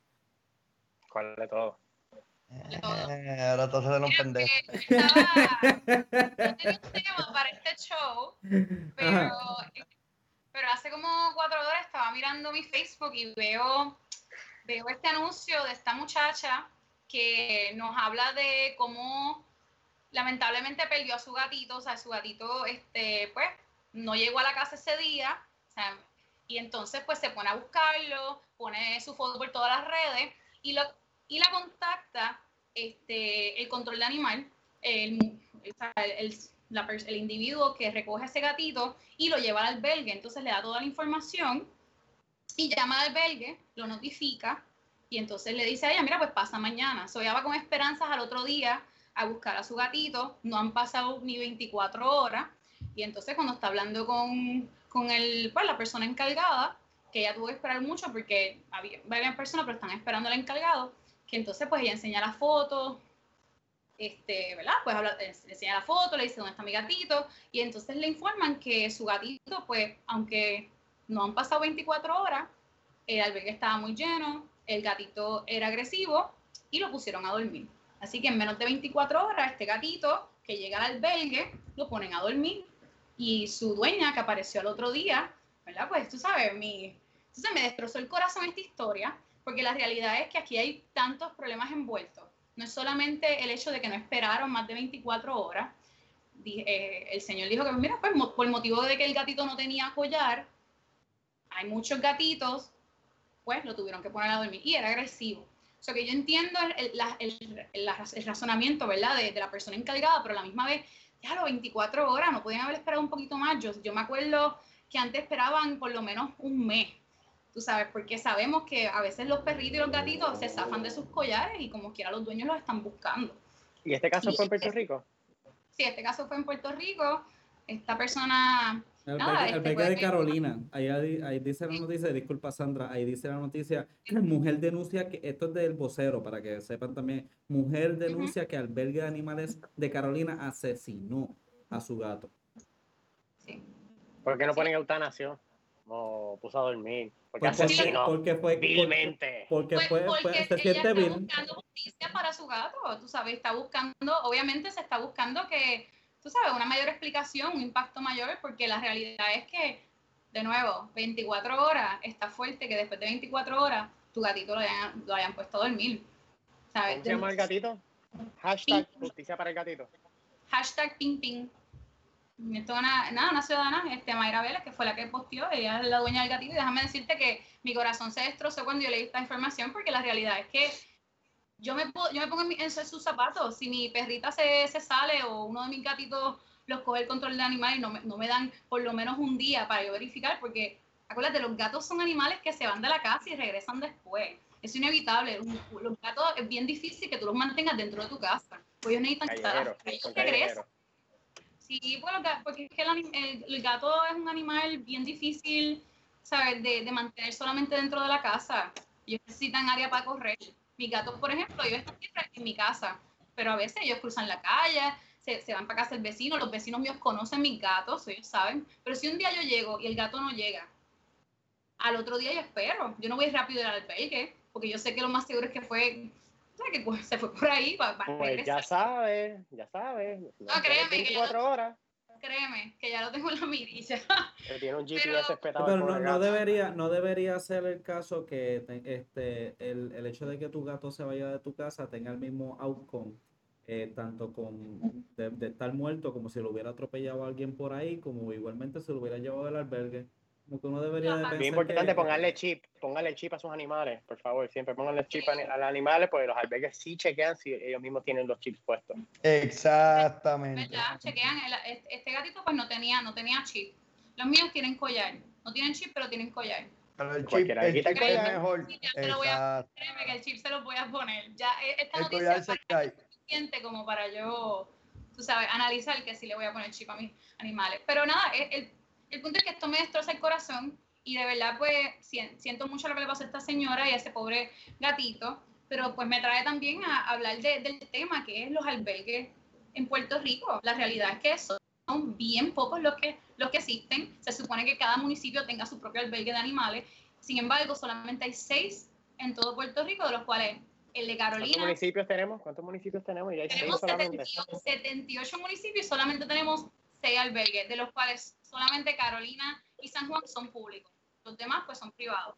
Speaker 4: ¿Cuál de todo?
Speaker 3: De todo.
Speaker 1: Eh, ahora entonces de los
Speaker 3: Mira,
Speaker 1: pendejos.
Speaker 3: que estaba, yo tenía un tema para este show, pero,
Speaker 2: Ajá.
Speaker 3: pero hace como cuatro horas estaba mirando mi Facebook y veo, veo este anuncio de esta muchacha que nos habla de cómo lamentablemente perdió a su gatito, o sea, su gatito, este, pues, no llegó a la casa ese día, o sea, y entonces, pues, se pone a buscarlo, pone su foto por todas las redes y, lo, y la contacta este, el control de animal, el, el, el, la, el individuo que recoge ese gatito y lo lleva al albergue, entonces le da toda la información y llama al albergue, lo notifica y entonces le dice a ella, mira, pues pasa mañana. So, ella va con esperanzas al otro día a buscar a su gatito, no han pasado ni veinticuatro horas y entonces cuando está hablando con, con el, pues, la persona encargada, que ella tuvo que esperar mucho porque había varias personas, pero están esperando al encargado, que entonces pues ella enseña la foto, este, ¿verdad? Pues habla, le enseña la foto, le dice dónde está mi gatito y entonces le informan que su gatito, pues aunque no han pasado veinticuatro horas, el albergue estaba muy lleno, el gatito era agresivo y lo pusieron a dormir. Así que en menos de veinticuatro horas, este gatito que llega al albergue, lo ponen a dormir y su dueña que apareció el otro día, ¿verdad? Pues tú sabes, mi, entonces me destrozó el corazón esta historia, porque la realidad es que aquí hay tantos problemas envueltos. No es solamente el hecho de que no esperaron más de veinticuatro horas. Eh, el señor dijo que, mira, pues por motivo de que el gatito no tenía collar, hay muchos gatitos, pues lo tuvieron que poner a dormir y era agresivo. O sea que yo entiendo el, el, el, el, el razonamiento, ¿verdad? De, de la persona encargada, pero a la misma vez, ya los veinticuatro horas, no podían haber esperado un poquito más. Yo, yo me acuerdo que antes esperaban por lo menos un mes, tú sabes, porque sabemos que a veces los perritos y los gatitos se zafan de sus collares y como quiera los dueños los están buscando.
Speaker 4: ¿Y este caso
Speaker 3: y
Speaker 4: fue en Puerto Rico?
Speaker 3: Sí, este caso fue en Puerto Rico. Esta persona...
Speaker 2: El
Speaker 3: nada,
Speaker 2: albergue,
Speaker 3: este,
Speaker 2: albergue de
Speaker 3: pues,
Speaker 2: Carolina, ahí, ahí, ahí dice la noticia, disculpa Sandra, ahí dice la noticia, mujer denuncia que, esto es del vocero, para que sepan también, mujer denuncia uh-huh. que albergue de animales de Carolina asesinó a su gato.
Speaker 3: Sí.
Speaker 4: ¿Por qué no ponen eutanasia? No, puso a dormir. Porque,
Speaker 2: porque
Speaker 4: asesinó
Speaker 2: porque fue
Speaker 4: vilmente.
Speaker 2: Porque, porque fue,
Speaker 3: porque
Speaker 2: fue, se
Speaker 3: ella
Speaker 2: siente
Speaker 3: está
Speaker 2: vil.
Speaker 3: buscando justicia para su gato, tú sabes, está buscando, obviamente se está buscando que, tú sabes, una mayor explicación, un impacto mayor, porque la realidad es que, de nuevo, veinticuatro horas, está fuerte que después de veinticuatro horas tu gatito lo hayan, lo hayan puesto a dormir. ¿Sabes?
Speaker 4: ¿Cómo se llama el gatito? Hashtag justicia para el gatito.
Speaker 3: Hashtag ping ping. Esto es una, nada, una ciudadana, este, Mayra Vélez, que fue la que posteó, ella es la dueña del gatito, y déjame decirte que mi corazón se destrozó cuando yo leí esta información, porque la realidad es que yo me, puedo, yo me pongo en, mi, en sus zapatos, si mi perrita se, se sale o uno de mis gatitos los coge el control de animal y no me, no me dan por lo menos un día para yo verificar, porque acuérdate, los gatos son animales que se van de la casa y regresan después, es inevitable, los gatos es bien difícil que tú los mantengas dentro de tu casa, pues ellos necesitan
Speaker 4: callejero,
Speaker 3: que ellos regresen. Sí, bueno, porque es que el, anim- el- el gato es un animal bien difícil, ¿sabes? De, de mantener solamente dentro de la casa. Ellos necesitan área para correr. Mis gatos, por ejemplo, ellos están siempre en mi casa, pero a veces ellos cruzan la calle, se, se van para casa del vecino, los vecinos míos conocen mis gatos, ellos saben. Pero si un día yo llego y el gato no llega, al otro día yo espero. Yo no voy rápido al albergue, porque yo sé que lo más seguro es que fue, ¿sabes? Que pues, se fue por ahí para, para
Speaker 4: Pues
Speaker 3: regresar.
Speaker 4: ya sabes, ya sabes.
Speaker 3: No,
Speaker 4: No,
Speaker 3: créeme que
Speaker 4: veinticuatro horas.
Speaker 3: Créeme, que ya lo tengo en la mirilla.
Speaker 4: Que tiene un G P S
Speaker 3: Pero-
Speaker 4: espetado.
Speaker 2: Pero
Speaker 4: el
Speaker 2: no,
Speaker 4: pobre
Speaker 2: no
Speaker 4: gato.
Speaker 2: debería, no debería ser el caso que te- este, el, el hecho de que tu gato se vaya de tu casa tenga el mismo outcome, eh, tanto con de, de estar muerto como si lo hubiera atropellado a alguien por ahí, como igualmente se lo hubiera llevado del albergue. Como que uno debería de
Speaker 3: Bien
Speaker 4: Bien
Speaker 2: pensar
Speaker 4: importante
Speaker 2: que
Speaker 4: ponerle chip, póngale chip a sus animales, por favor, siempre pónganle chip a, a los animales porque los albergues sí chequean si ellos mismos tienen los chips puestos.
Speaker 1: Exactamente.
Speaker 3: ¿verdad? Chequean, el- este, este gatito pues no tenía, no tenía chip. Los míos tienen collar. No tienen chip, pero tienen collar.
Speaker 1: Pero el chip,
Speaker 4: Cualquiera le
Speaker 1: el
Speaker 4: quita
Speaker 1: chip
Speaker 4: el
Speaker 1: es
Speaker 4: collar.
Speaker 1: mejor.
Speaker 3: Sí, ya se lo voy a-
Speaker 1: Exacto.
Speaker 3: Créeme que el chip se lo voy a poner. Ya, eh, esta
Speaker 1: El
Speaker 3: noticia
Speaker 1: collar se cae.
Speaker 3: es suficiente como para yo, tú sabes, analizar que sí le voy a poner chip a mis animales. Pero nada, el, el, el punto es que esto me destroza el corazón y de verdad pues si- siento mucho lo que le pasó a esta señora y a ese pobre gatito, pero pues me trae también a hablar de, del tema que es los albergues en Puerto Rico. La realidad es que son bien pocos los que, los que existen. Se supone que cada municipio tenga su propio albergue de animales. Sin embargo, solamente hay seis en todo Puerto Rico, de los cuales el de
Speaker 4: ¿Cuántos
Speaker 3: Carolina.
Speaker 4: municipios tenemos? ¿Cuántos municipios tenemos? Y hay seis
Speaker 3: Tenemos
Speaker 4: solamente.
Speaker 3: setenta y ocho municipios y solamente tenemos seis albergues, de los cuales solamente Carolina y San Juan son públicos. Los demás pues son privados.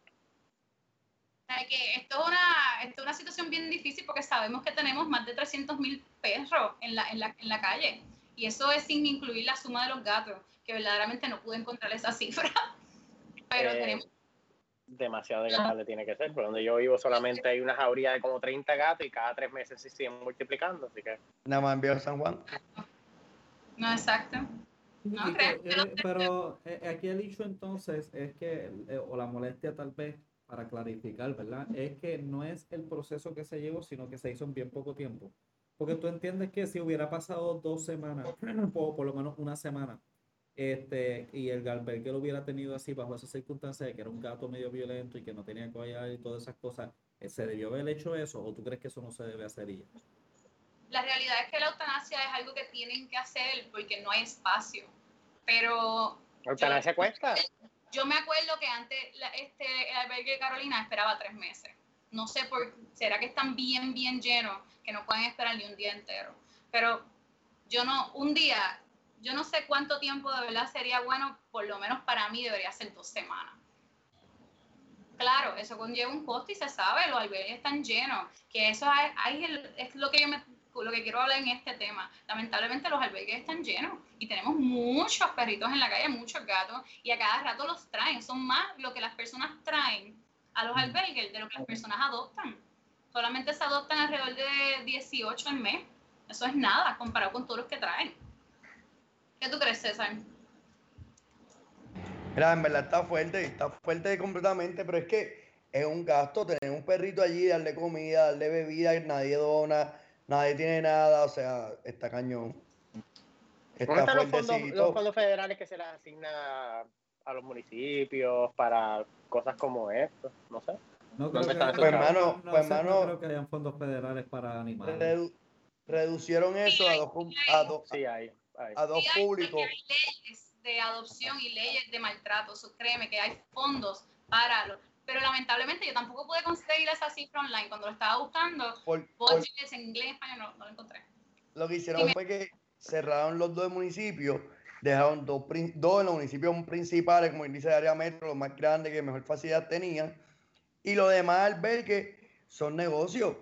Speaker 3: O sea que esto es una, esto es una situación bien difícil porque sabemos que tenemos más de trescientos mil perros en la, en, la, en la calle. Y eso es sin incluir la suma de los gatos, que verdaderamente no pude encontrar esa cifra. Pero
Speaker 4: Eh,
Speaker 3: tenemos...
Speaker 4: Demasiado grande tiene que ser. Por donde yo vivo solamente hay una jauría de como treinta gatos y cada tres meses se siguen multiplicando. Así que
Speaker 1: Nada más envió San Juan.
Speaker 3: No, exacto. No,
Speaker 2: Y
Speaker 3: creo.
Speaker 2: que, eh, pero eh, aquí el hecho entonces es que, eh, o la molestia tal vez, para clarificar, ¿verdad? Es que no es el proceso que se llevó, sino que se hizo en bien poco tiempo. Porque tú entiendes que si hubiera pasado dos semanas, o por lo menos una semana, este, y el albergue lo hubiera tenido así bajo esas circunstancias de que era un gato medio violento y que no tenía collar y todas esas cosas, eh, ¿se debió haber hecho eso o tú crees que eso no se debe hacer y ya?
Speaker 3: La realidad es que la eutanasia es algo que tienen que hacer porque no hay espacio. Pero
Speaker 4: ¿la eutanasia
Speaker 3: yo,
Speaker 4: cuesta?
Speaker 3: yo me acuerdo que antes la, este, el albergue de Carolina esperaba tres meses. No sé por será que están bien, bien llenos, que no pueden esperar ni un día entero. Pero yo no, un día, yo no sé cuánto tiempo de verdad sería bueno, por lo menos para mí debería ser dos semanas. Claro, eso conlleva un costo y se sabe, los albergues están llenos, que eso hay, hay el, es lo que yo me, lo que quiero hablar en este tema. Lamentablemente los albergues están llenos y tenemos muchos perritos en la calle, muchos gatos, y a cada rato los traen, son más lo que las personas traen a los albergues de lo que las personas adoptan. Solamente se adoptan alrededor de dieciocho al mes, eso es nada comparado con todos los que traen. ¿Qué tú crees, César?
Speaker 1: Mira, en verdad está fuerte, está fuerte completamente, pero es que es un gasto tener un perrito allí, darle comida, darle bebida, nadie dona, nadie tiene nada, o sea, está cañón.
Speaker 4: ¿Dónde
Speaker 1: Está
Speaker 4: están los fondos, los
Speaker 1: fuertecito.
Speaker 4: fondos federales que se les asigna a los municipios para cosas como esto? No sé.
Speaker 2: No creo
Speaker 4: ¿Dónde
Speaker 2: que,
Speaker 4: están
Speaker 2: no,
Speaker 4: esos
Speaker 1: Pues
Speaker 4: chavos?
Speaker 2: no,
Speaker 1: hermano,
Speaker 2: no
Speaker 1: pues
Speaker 2: sé, no
Speaker 1: hermano,
Speaker 2: creo que hayan fondos federales para animales.
Speaker 1: redu- reducieron eso a dos, a dos,
Speaker 4: Sí, hay. hay.
Speaker 1: a dos
Speaker 3: Sí, hay, porque
Speaker 1: públicos.
Speaker 3: hay leyes de adopción y leyes de maltrato, so, créeme que hay fondos para lo, pero lamentablemente yo tampoco pude conseguir esa cifra online cuando lo estaba buscando,
Speaker 1: Por, por-
Speaker 3: budgets en inglés y español no, no lo encontré.
Speaker 1: lo que hicieron
Speaker 3: Dime.
Speaker 1: fue que cerraron los dos municipios, dejaron dos, prin- dos en los municipios principales, como el dice de área metro, los más grandes que mejor facilidad tenían, y los demás albergues son negocios.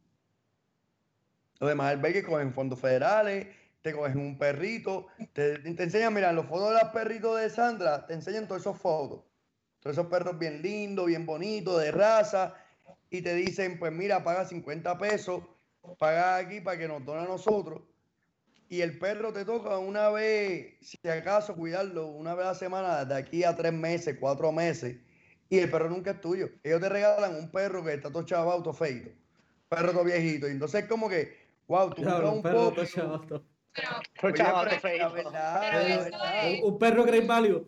Speaker 1: Los demás albergues cogen fondos federales, te cogen un perrito, te, te enseñan, mira, los fotos de los perritos de Sandra, te enseñan todas esas fotos. Todos esos perros bien lindos, bien bonitos, de raza, y te dicen, pues mira, paga cincuenta pesos, paga aquí para que nos donen a nosotros. Y el perro te toca una vez, si acaso, cuidarlo una vez a la semana, de aquí a tres meses, cuatro meses. Y el perro nunca es tuyo. Ellos te regalan un perro que está todo chavado, todo feito. Perro todo viejito. Y entonces, como que, wow, tú
Speaker 2: Claro,
Speaker 1: buscas
Speaker 2: los
Speaker 1: un
Speaker 2: perros
Speaker 1: poco.
Speaker 2: todos chavos.
Speaker 3: Pero,
Speaker 4: Escucha,
Speaker 1: Oye,
Speaker 4: vato
Speaker 1: pero la
Speaker 4: feito.
Speaker 1: verdad,
Speaker 3: Pero
Speaker 1: la
Speaker 3: eso
Speaker 1: verdad,
Speaker 3: es-
Speaker 2: Un, un perro Great Value.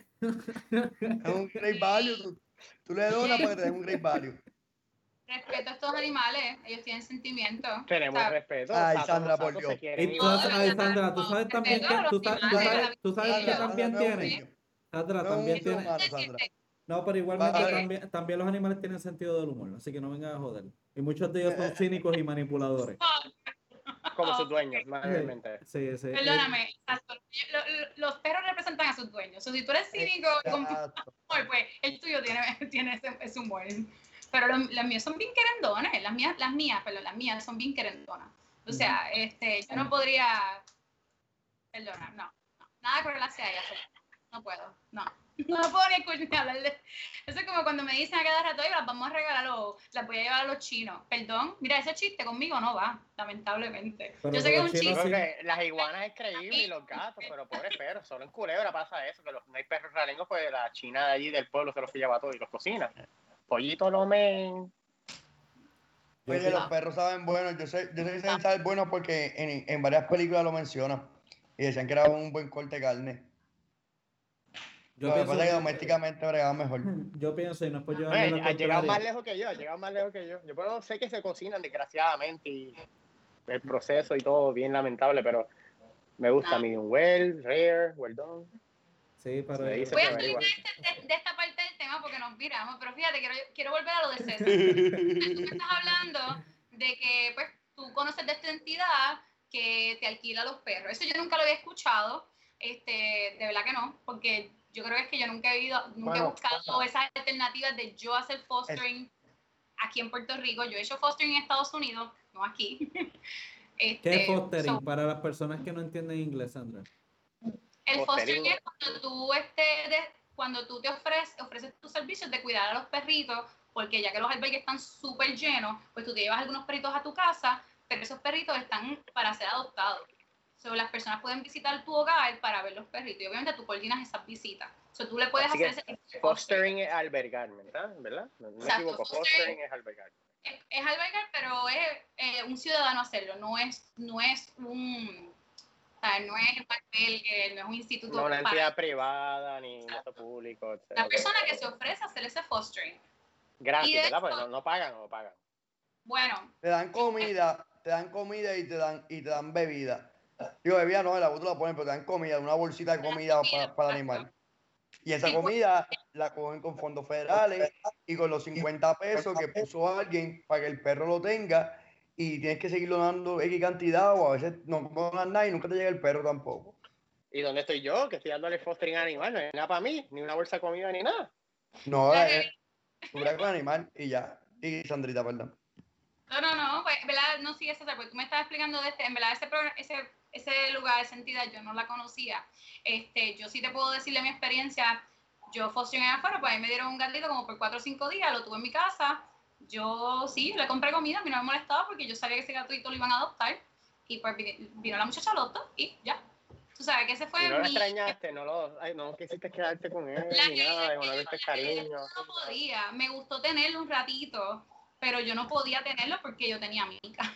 Speaker 1: es un great value. Tú, tú le donas para que te den un great value.
Speaker 3: respeto a estos animales, ellos tienen sentimientos.
Speaker 4: Tenemos
Speaker 3: O sea,
Speaker 4: respeto.
Speaker 1: Ay,
Speaker 4: Sato-
Speaker 1: Sandra,
Speaker 4: Sato
Speaker 1: por
Speaker 4: se
Speaker 1: Dios.
Speaker 4: quieren
Speaker 2: Y
Speaker 4: ir.
Speaker 2: tú,
Speaker 3: No, de
Speaker 2: ay,
Speaker 3: verdad,
Speaker 2: Sandra, tú
Speaker 3: no,
Speaker 2: sabes también
Speaker 3: respeto a
Speaker 2: que
Speaker 3: los
Speaker 2: tú, sa- tú
Speaker 3: animales,
Speaker 2: sabes,
Speaker 3: la
Speaker 2: tú sabes que
Speaker 3: vida.
Speaker 1: Sandra,
Speaker 2: también
Speaker 1: Sandra, no es un
Speaker 2: tiene,
Speaker 1: niño.
Speaker 2: Sandra
Speaker 1: No es un
Speaker 2: también
Speaker 1: ser
Speaker 2: tiene,
Speaker 1: humano, Sandra.
Speaker 2: no, pero igualmente
Speaker 1: Va,
Speaker 2: también, también los animales tienen sentido del humor, así que no vengan a joder. Y muchos de ellos son cínicos y manipuladores.
Speaker 4: Como sus dueños, mayormente.
Speaker 2: Sí, sí.
Speaker 3: Perdóname, exacto. Lo- lo- los perros representan a sus dueños. O si tú eres cínico y con
Speaker 1: Exacto.
Speaker 3: humor, pues el tuyo tiene, tiene ese, ese humor. Pero los, las mías son bien querendones. Las mías, las mías, perdón, las mías son bien querendonas. O sea, este, yo no podría. Perdona, no. no nada con relación a ellas. No puedo, no. No puedo ni escuchar hablar de. Eso es como cuando me dicen a cada rato, oye, las vamos a regalar, o las voy a llevar a los chinos. Perdón, mira, ese chiste conmigo no va, lamentablemente.
Speaker 2: Pero
Speaker 3: Yo sé que es
Speaker 2: los
Speaker 3: un
Speaker 2: chinos
Speaker 3: chiste.
Speaker 4: Yo creo que las iguanas es creíble y los gatos, pero pobres perros, solo en Culebra pasa eso, que los, no hay perros realengos, pues la china de allí del pueblo se los lleva todo y los cocina. Pollito lo men.
Speaker 2: Yo
Speaker 1: Oye,
Speaker 2: pi-
Speaker 1: los perros saben bueno. Yo sé, yo sé que saben saber bueno porque en, en varias películas lo mencionan. Y decían que era un buen corte de carne.
Speaker 2: yo
Speaker 1: Lo que
Speaker 2: pienso,
Speaker 1: pasa es que domésticamente bregaban mejor.
Speaker 2: yo pienso, y no es por
Speaker 4: No,
Speaker 2: llevarle la
Speaker 4: ha llegado más
Speaker 2: contraria.
Speaker 4: lejos que yo, ha llegado más lejos que yo. Yo puedo, sé que se cocinan desgraciadamente y el proceso y todo bien lamentable, pero me gusta
Speaker 3: Ah.
Speaker 4: medium well, rare, well done.
Speaker 2: Sí, pero
Speaker 4: Me dice
Speaker 3: Voy
Speaker 4: que
Speaker 3: a salir
Speaker 4: averigua.
Speaker 3: de, este- de- de esta parte del tema porque nos viramos, pero fíjate, quiero, quiero volver a lo de César. Tú me estás hablando de que pues tú conoces de esta entidad que te alquila los perros. Eso yo nunca lo había escuchado, este, de verdad que no, porque yo creo que es que yo nunca he ido, nunca
Speaker 1: Bueno.
Speaker 3: he buscado esas alternativas de yo hacer fostering aquí en Puerto Rico. Yo he hecho fostering en Estados Unidos, no aquí. Este,
Speaker 2: ¿qué es fostering
Speaker 3: so,
Speaker 2: para las personas que no entienden inglés, Sandra?
Speaker 3: el
Speaker 4: Fostering.
Speaker 3: fostering es cuando tú, este, de- cuando tú te ofreces, ofreces tus servicios de cuidar a los perritos, porque ya que los albergues están súper llenos, pues tú te llevas algunos perritos a tu casa, pero esos perritos están para ser adoptados. So, las personas pueden visitar tu hogar para ver los perritos y obviamente tú coordinas esas visitas. So, tú le puedes
Speaker 4: Así
Speaker 3: hacer
Speaker 4: que
Speaker 3: ese
Speaker 4: fostering es albergar, ¿verdad? ¿verdad? No, no me
Speaker 3: Exacto,
Speaker 4: equivoco,
Speaker 3: fostering.
Speaker 4: fostering es albergar.
Speaker 3: Es, es albergar, pero es eh, un ciudadano hacerlo, no es, no es un, o sea, no es un albergue, no es un instituto.
Speaker 4: No una
Speaker 3: para-
Speaker 4: entidad privada ni un acto público, etcétera.
Speaker 3: La persona que se ofrece a hacer ese fostering.
Speaker 4: Gratis,
Speaker 3: y de
Speaker 4: ¿verdad?
Speaker 3: hecho-
Speaker 4: Porque no, no pagan o no pagan.
Speaker 3: Bueno,
Speaker 1: Te dan comida, te dan comida y te dan, y te dan bebida. Digo, bebida no, la botella la ponen, pero te dan comida, una bolsita de comida para, para el animal. Y esa
Speaker 3: Sí, pues.
Speaker 1: comida la cogen con fondos federales y con los cincuenta pesos que puso alguien para que el perro lo tenga y tienes que seguirlo dando X cantidad o a veces no donas nada y nunca te llega el perro tampoco.
Speaker 4: ¿Y dónde estoy yo? Que estoy dándole fostering animal, no hay nada para mí, ni una bolsa de comida ni nada.
Speaker 1: No,
Speaker 3: La
Speaker 1: es tu con el animal y ya. Y Sandrita, perdón.
Speaker 3: no, no, no, pues, ¿verdad? No, sí, César, porque tú me estabas explicando de este, en verdad, ese, programa- ese, ese lugar, esa entidad, yo no la conocía. Este, yo sí te puedo decirle mi experiencia. Yo fosteé afuera, pues ahí me dieron un gatito como por cuatro o cinco días, lo tuve en mi casa. Yo sí, le compré comida, a mí no me molestaba porque yo sabía que ese gatito lo iban a adoptar. Y pues vino, vino la muchacha, lo adoptó y ya. Tú sabes que ese fue
Speaker 4: Y no lo
Speaker 3: mi...
Speaker 4: extrañaste, no lo, ay, no quisiste quedarte con él,
Speaker 3: La
Speaker 4: ni nada,
Speaker 3: realidad
Speaker 4: no le
Speaker 3: es
Speaker 4: viste
Speaker 3: que
Speaker 4: cariño.
Speaker 3: yo no podía, me gustó tenerlo un ratito, pero yo no podía tenerlo porque yo tenía a Mica.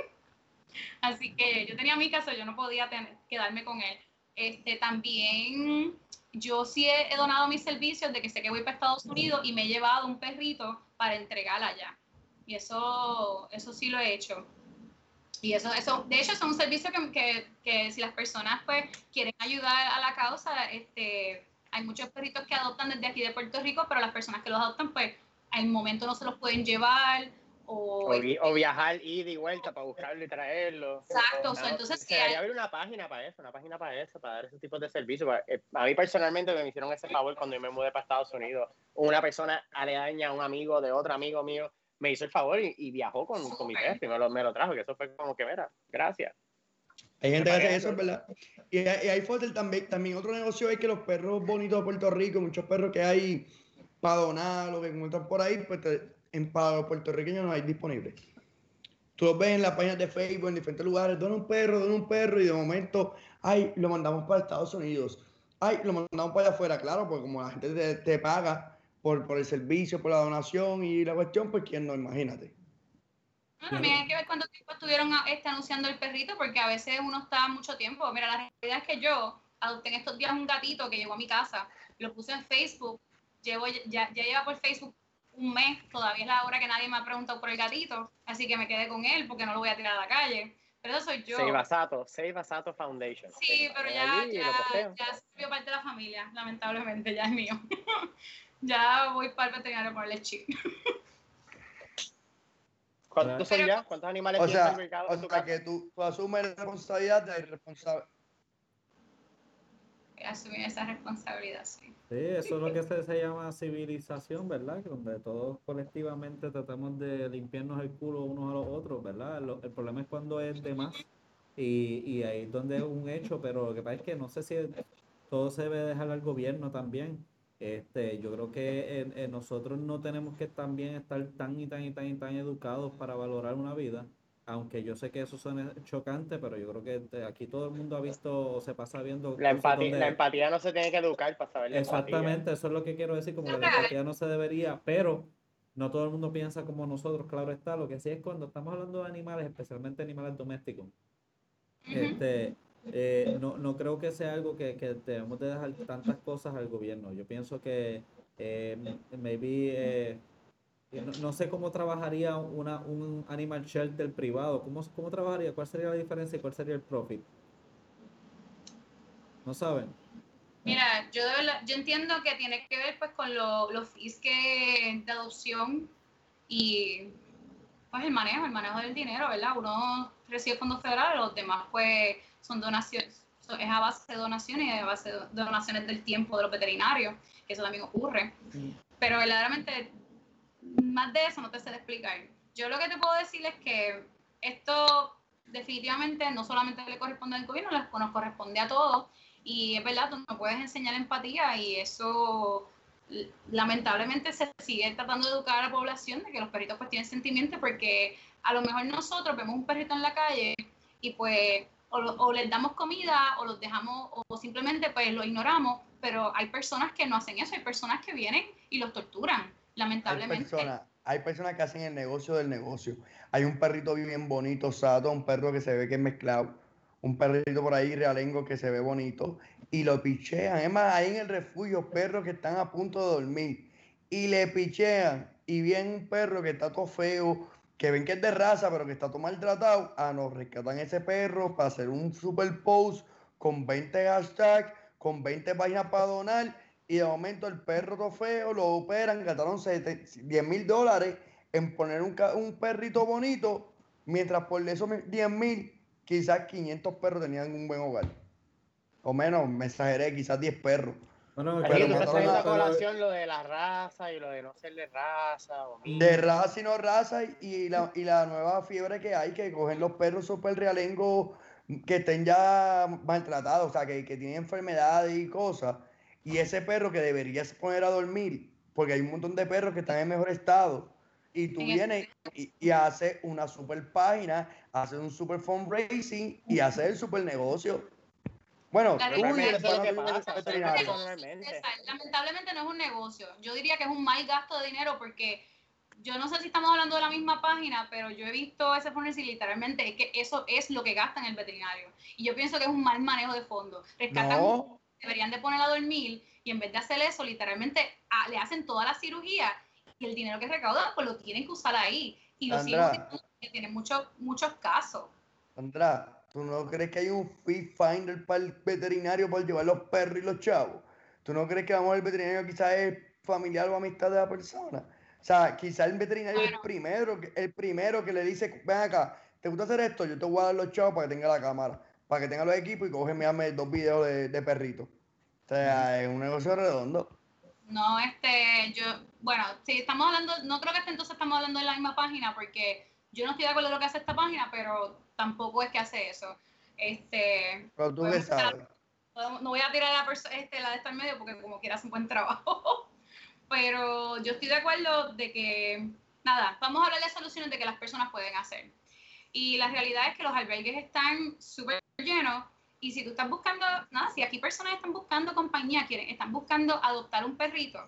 Speaker 3: Así que yo tenía a Mica, so yo no podía tener, quedarme con él. Este, también yo sí he, he donado mis servicios de que sé que voy para Estados Unidos y me he llevado un perrito para entregar allá. Y eso, eso sí lo he hecho. Y eso, eso, de hecho, es un servicio que, que, que si las personas pues quieren ayudar a la causa, este, hay muchos perritos que adoptan desde aquí de Puerto Rico, pero las personas que los adoptan, pues, al momento no se los pueden llevar. O,
Speaker 4: O, vi- o viajar, ida y vuelta para buscarlo y traerlo.
Speaker 3: exacto, o sea,
Speaker 4: No,
Speaker 3: entonces
Speaker 4: se
Speaker 3: sí
Speaker 4: debería
Speaker 3: hay,
Speaker 4: abrir una página para eso, una página para eso, para dar ese tipo de servicios. Para- eh, A mí personalmente me hicieron ese favor cuando yo me mudé para Estados Unidos. Una persona aledaña, un amigo de otro amigo mío, me hizo el favor y, y viajó con, con mi perro y me lo, me lo trajo, que eso fue como que, mira, gracias.
Speaker 1: Hay gente que hace
Speaker 4: parece?
Speaker 1: eso, es verdad. Y hay, y hay fotos también, también otro negocio es que los perros bonitos de Puerto Rico, muchos perros que hay para donar, lo que encuentran por ahí, pues te- en para los puertorriqueños no hay disponibles. Tú los ves en las páginas de Facebook, en diferentes lugares, dona un perro, dona un perro, y de momento, ay, lo mandamos para Estados Unidos. Ay, lo mandamos para allá afuera, claro, porque como la gente te, te paga por, por el servicio, por la donación y la cuestión, pues quién no, imagínate.
Speaker 3: No, también hay que ver cuánto tiempo estuvieron este, anunciando el perrito, porque a veces uno está mucho tiempo. Mira, la realidad es que yo adopté en estos días un gatito que llegó a mi casa, lo puse en Facebook, llevo, ya, ya lleva por Facebook un mes, todavía es la hora que nadie me ha preguntado por el gatito, así que me quedé con él porque no lo voy a tirar a la calle. Pero eso soy yo.
Speaker 4: Save a Sato, Save a Sato Foundation.
Speaker 3: Sí, pero ya, ya, ya se vio parte de la familia, lamentablemente, ya es mío. Ya voy para el veterinario a ponerle chip.
Speaker 4: ¿Cuántos son ya? ¿Cuántos animales
Speaker 1: o
Speaker 4: tienes
Speaker 1: sea,
Speaker 4: albergados
Speaker 1: o
Speaker 4: en tu
Speaker 1: sea
Speaker 4: casa?
Speaker 1: que tú, tú asumes la responsabilidad de responsabilidad.
Speaker 3: Asumir esa responsabilidad, sí.
Speaker 2: Sí, eso es lo que se, se llama civilización, ¿verdad? Que donde todos colectivamente tratamos de limpiarnos el culo unos a los otros, ¿verdad? Lo- el problema es cuando es de más y, y ahí es donde es un hecho, pero lo que pasa es que no sé si todo se debe dejar al gobierno también. Este, yo creo que eh, eh, nosotros no tenemos que también estar tan y tan y tan y tan educados para valorar una vida, aunque yo sé que eso suena chocante, pero yo creo que eh, aquí todo el mundo ha visto o se pasa viendo
Speaker 4: La
Speaker 2: cosas
Speaker 4: empatía,
Speaker 2: donde...
Speaker 4: la empatía no se tiene que educar para saber la
Speaker 2: Exactamente,
Speaker 4: empatía.
Speaker 2: eso es lo que quiero decir, como que la empatía no se debería, pero no todo el mundo piensa como nosotros, claro está. Lo que sí es cuando estamos hablando de animales, especialmente animales domésticos, este, eh, no, no creo que sea algo que, que debemos de dejar tantas cosas al gobierno. Yo pienso que eh, maybe, eh, no, no sé cómo trabajaría una, un animal shelter privado, ¿cómo, cómo trabajaría? ¿Cuál sería la diferencia y cuál sería el profit? ¿No saben?
Speaker 3: Mira, yo, de verdad- yo entiendo que tiene que ver pues con lo- los fees que de adopción y pues el manejo, el manejo del dinero, ¿verdad? Uno recibe fondos federales, los demás pues son donaciones, so, es a base de donaciones y a base de donaciones del tiempo de los veterinarios, que eso también ocurre.
Speaker 2: Mm.
Speaker 3: Pero verdaderamente más de eso no te sé explicar. Yo lo que te puedo decir es que esto definitivamente no solamente le corresponde al gobierno, nos corresponde a todos. Y es verdad, tú no puedes enseñar empatía y eso lamentablemente se sigue tratando de educar a la población de que los perritos pues tienen sentimientos, porque a lo mejor nosotros vemos un perrito en la calle y pues o, lo, o les damos comida o los dejamos o simplemente pues lo ignoramos, pero hay personas que no hacen eso, hay personas que vienen y los torturan, lamentablemente.
Speaker 1: Hay personas, hay personas que hacen el negocio del negocio. Hay un perrito bien bonito, Sato, un perro que se ve que es mezclado, un perrito por ahí realengo que se ve bonito y lo pichean. Es más, hay en el refugio perros que están a punto de dormir y le pichean y viene un perro que está todo feo, que ven que es de raza pero que está todo maltratado. Ah, nos rescatan ese perro para hacer un super post con veinte hashtags, con veinte páginas para donar. Y de momento el perro todo feo, lo operan, gastaron diez mil dólares en poner un, un perrito bonito, mientras por esos diez mil, quizás quinientos perros tenían un buen hogar. O menos, me exageré, quizás diez perros.
Speaker 2: Bueno,
Speaker 4: Aquí
Speaker 2: pero,
Speaker 4: tú estás
Speaker 2: pero,
Speaker 4: trayendo a
Speaker 2: pero,
Speaker 4: colación lo de la raza y lo de no ser de raza o
Speaker 1: De
Speaker 4: mixto.
Speaker 1: raza sino raza y, y, la, y la nueva fiebre que hay, que cogen los perros super realengos que estén ya maltratados, o sea, que, que tienen enfermedades y cosas. Y ese perro que deberías poner a dormir, porque hay un montón de perros que están en mejor estado. Y tú vienes y, y haces una super página, haces un super fundraising y haces el super negocio. Bueno,
Speaker 3: La
Speaker 1: tú y
Speaker 4: Normalmente
Speaker 1: el
Speaker 4: eso es lo
Speaker 1: pana
Speaker 4: que
Speaker 1: tuyo
Speaker 4: pasa, eso es lo que
Speaker 1: veterinario.
Speaker 4: pasa normalmente.
Speaker 3: Lamentablemente no es un negocio. Yo diría que es un mal gasto de dinero porque yo no sé si estamos hablando de la misma página, pero yo he visto ese fundraising y literalmente es que eso es lo que gastan el veterinario. Y yo pienso que es un mal manejo de fondos. Rescatan,
Speaker 1: No.
Speaker 3: deberían de poner a dormir y en vez de hacer eso, literalmente a, le hacen toda la cirugía y el dinero que recaudan pues lo tienen que usar ahí. Y lo siguen utilizando porque tienen muchos muchos casos.
Speaker 1: Sandra, ¿tú no crees que hay un fee finder para el veterinario por llevar los perros y los chavos? ¿Tú no crees que vamos al veterinario quizás es familiar o amistad de la persona? O sea, quizás el veterinario es el primero, el primero que le dice, ven acá, ¿te gusta hacer esto? Yo te voy a dar los chavos para que tenga la cámara, para que tenga los equipos y cógeme hazme dos videos de, de perritos. O sea, es un negocio redondo.
Speaker 3: No, este, yo, bueno, si estamos hablando, no creo que este entonces estamos hablando de la misma página porque yo no estoy de acuerdo con lo que hace esta página, pero tampoco es que hace eso. Este,
Speaker 1: Pero tú qué sabes.
Speaker 3: No voy a tirar la, este, la de estar en medio porque como quiera hace un buen trabajo. Pero yo estoy de acuerdo de que, nada, vamos a hablar de soluciones de que las personas pueden hacer. Y la realidad es que los albergues están súper llenos. Y si tú estás buscando, nada, si aquí personas están buscando compañía, quieren, están buscando adoptar un perrito,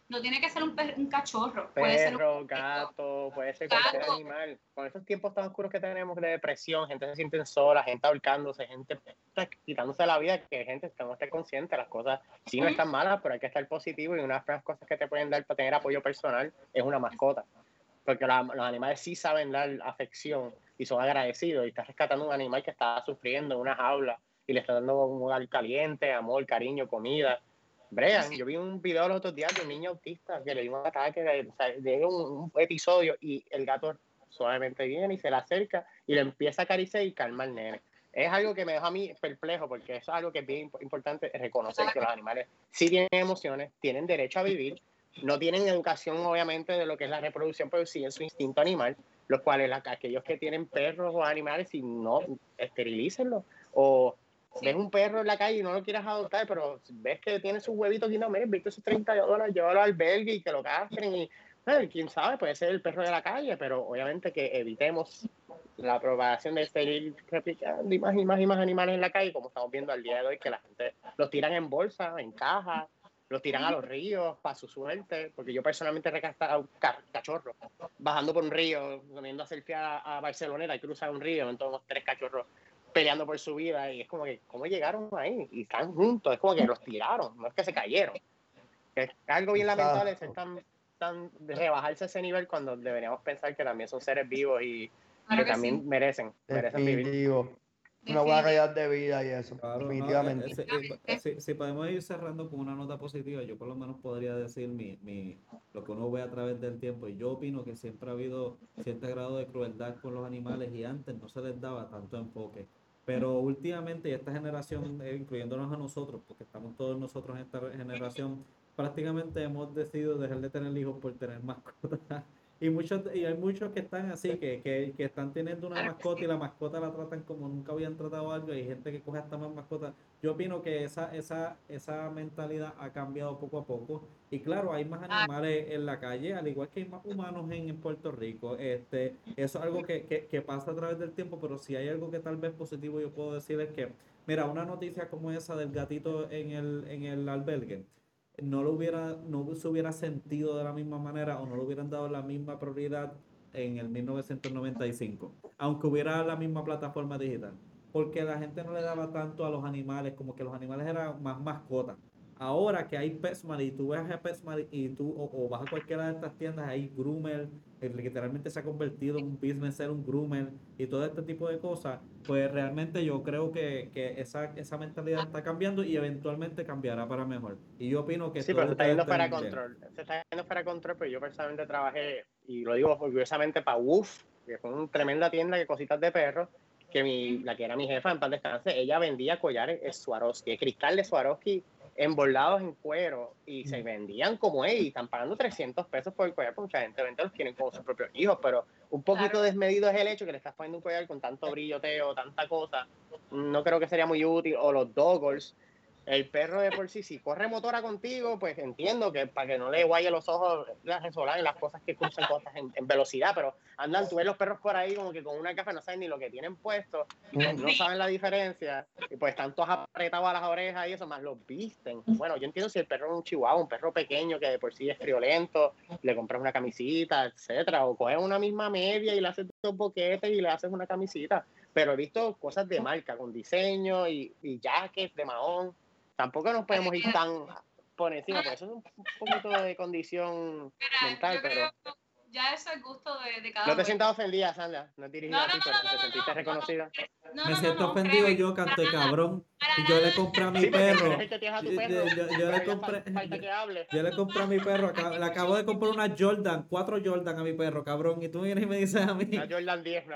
Speaker 3: no tiene que ser un, per, un cachorro. Puede
Speaker 4: Perro,
Speaker 3: ser un
Speaker 4: gato, puede ser
Speaker 3: gato.
Speaker 4: cualquier animal. Con estos tiempos tan oscuros que tenemos de depresión, gente se siente sola, gente ahorcándose, gente pues, quitándose la vida, que gente que no esté consciente, las cosas sí no están malas, pero hay que estar positivo y una de las cosas que te pueden dar para tener apoyo personal es una mascota. Porque la, los animales sí saben dar afección y son agradecidos y estás rescatando un animal que está sufriendo en una jaula y le está dando un hogar caliente, amor, cariño, comida. Brean, yo vi un video los otros días de un niño autista que le dio un ataque de, o sea, de un, un episodio y el gato suavemente viene y se le acerca y le empieza a acariciar y calma al nene. Es algo que me deja a mí perplejo porque eso es algo que es bien importante reconocer que los animales sí tienen emociones, tienen derecho a vivir, no tienen educación obviamente de lo que es la reproducción, pero sí es su instinto animal, los cuales la, aquellos que tienen perros o animales, si no, esterilícenlos o sí. Ves un perro en la calle y no lo quieras adoptar, pero ves que tiene sus huevitos y no, mire, viste esos treinta dólares, llévalo al albergue y que lo castren y eh, quién sabe, puede ser el perro de la calle, pero obviamente que evitemos la propagación de seguir replicando y más y más y más animales en la calle, como estamos viendo al día de hoy, que la gente los tiran en bolsa, en cajas, los tiran a los ríos para su suerte, porque yo personalmente he rescatado un cachorro bajando por un río, viniendo a selfie a, a Barceloneta y cruzar un río, entonces tres cachorros peleando por su vida y es como que, ¿cómo llegaron ahí? Y están juntos, es como que los tiraron, no es que se cayeron. Es algo bien lamentable ser tan, tan, rebajarse a ese nivel cuando deberíamos pensar que también son seres vivos y claro que, que también sí. merecen, merecen vivir.
Speaker 1: Una buena calidad de vida y eso,
Speaker 2: claro,
Speaker 1: definitivamente.
Speaker 2: No, eh, eh, si, si podemos ir cerrando con una nota positiva, yo por lo menos podría decir mi, mi, lo que uno ve a través del tiempo. Y yo opino que siempre ha habido cierto grado de crueldad con los animales y antes no se les daba tanto enfoque. Pero últimamente, y esta generación, eh, incluyéndonos a nosotros, porque estamos todos nosotros en esta generación, prácticamente hemos decidido dejar de tener hijos por tener mascotas. Y muchos y hay muchos que están así, que, que, que están teniendo una mascota y la mascota la tratan como nunca habían tratado algo, y hay gente que coge hasta más mascotas. Yo opino que esa, esa, esa mentalidad ha cambiado poco a poco. Y claro, hay más animales en la calle, al igual que hay más humanos en, en Puerto Rico. Este, eso es algo que, que, que pasa a través del tiempo, pero si hay algo que tal vez positivo yo puedo decir es que, mira, una noticia como esa del gatito en el, en el albergue, no lo hubiera, no se hubiera sentido de la misma manera o no le hubieran dado la misma prioridad en el mil novecientos noventa y cinco, aunque hubiera la misma plataforma digital, porque la gente no le daba tanto a los animales, como que los animales eran más mascotas. Ahora que hay PetSmart y tú vas a PetSmart y tú o, o vas a cualquiera de estas tiendas, hay groomer, que literalmente se ha convertido en un business, ser un groomer y todo este tipo de cosas, pues realmente yo creo que, que esa, esa mentalidad está cambiando y eventualmente cambiará para mejor. Y yo opino que
Speaker 4: sí, pero se está yendo fuera de control. Se está yendo fuera de control, pero yo personalmente trabajé, y lo digo orgullosamente, para Woof, que fue una tremenda tienda de cositas de perros, que mi, la que era mi jefa en paz descanse, ella vendía collares Swarovski, cristal de Swarovski emboldados en cuero y se vendían como ellos y están pagando trescientos pesos por el collar, porque mucha gente vende los quieren como sus propios hijos, pero un poquito claro. desmedido es el hecho que le estás poniendo un collar con tanto brilloteo, tanta cosa, no creo que sería muy útil. O los doggles, el perro de por sí, si corre motora contigo, pues entiendo que para que no le guaye los ojos las resoladas y las cosas que cruzan cosas en, en velocidad, pero andan, tú ves los perros por ahí como que con una gafa no saben ni lo que tienen puesto, no saben la diferencia, y pues están todos apretados a las orejas y eso, más los visten. Bueno, yo entiendo si el perro es un chihuahua, un perro pequeño que de por sí es friolento, le compras una camisita, etcétera, o coges una misma media y le haces dos boquetes y le haces una camisita, pero he visto cosas de marca, con diseño y, y jackets de mahón. Tampoco nos podemos ir tan por encima, porque eso es un poquito de condición Mira, mental, pero...
Speaker 3: Ya eso es gusto de, de cada
Speaker 4: No te
Speaker 3: uno.
Speaker 4: sientas ofendida, Sandra, no es dirigida
Speaker 3: no,
Speaker 4: a ti,
Speaker 3: no,
Speaker 4: pero
Speaker 3: no,
Speaker 4: si te
Speaker 3: no,
Speaker 4: sentiste
Speaker 3: no,
Speaker 4: reconocida.
Speaker 3: No,
Speaker 2: me
Speaker 3: no,
Speaker 2: siento
Speaker 3: no,
Speaker 2: ofendido
Speaker 3: créeme.
Speaker 2: yo, canto de cabrón.
Speaker 3: Para
Speaker 2: Y yo
Speaker 3: nada.
Speaker 2: le compré a mi
Speaker 4: Sí,
Speaker 2: perro.
Speaker 4: eres el que tienes a tu
Speaker 2: Yo,
Speaker 4: perro.
Speaker 2: yo, yo le compré,
Speaker 4: Falta que hable.
Speaker 2: yo le compré a mi perro, acabo, le acabo de comprar una Jordan, cuatro Jordan a mi perro, cabrón. Y tú vienes y me dices a mí.
Speaker 4: Una Jordan diez.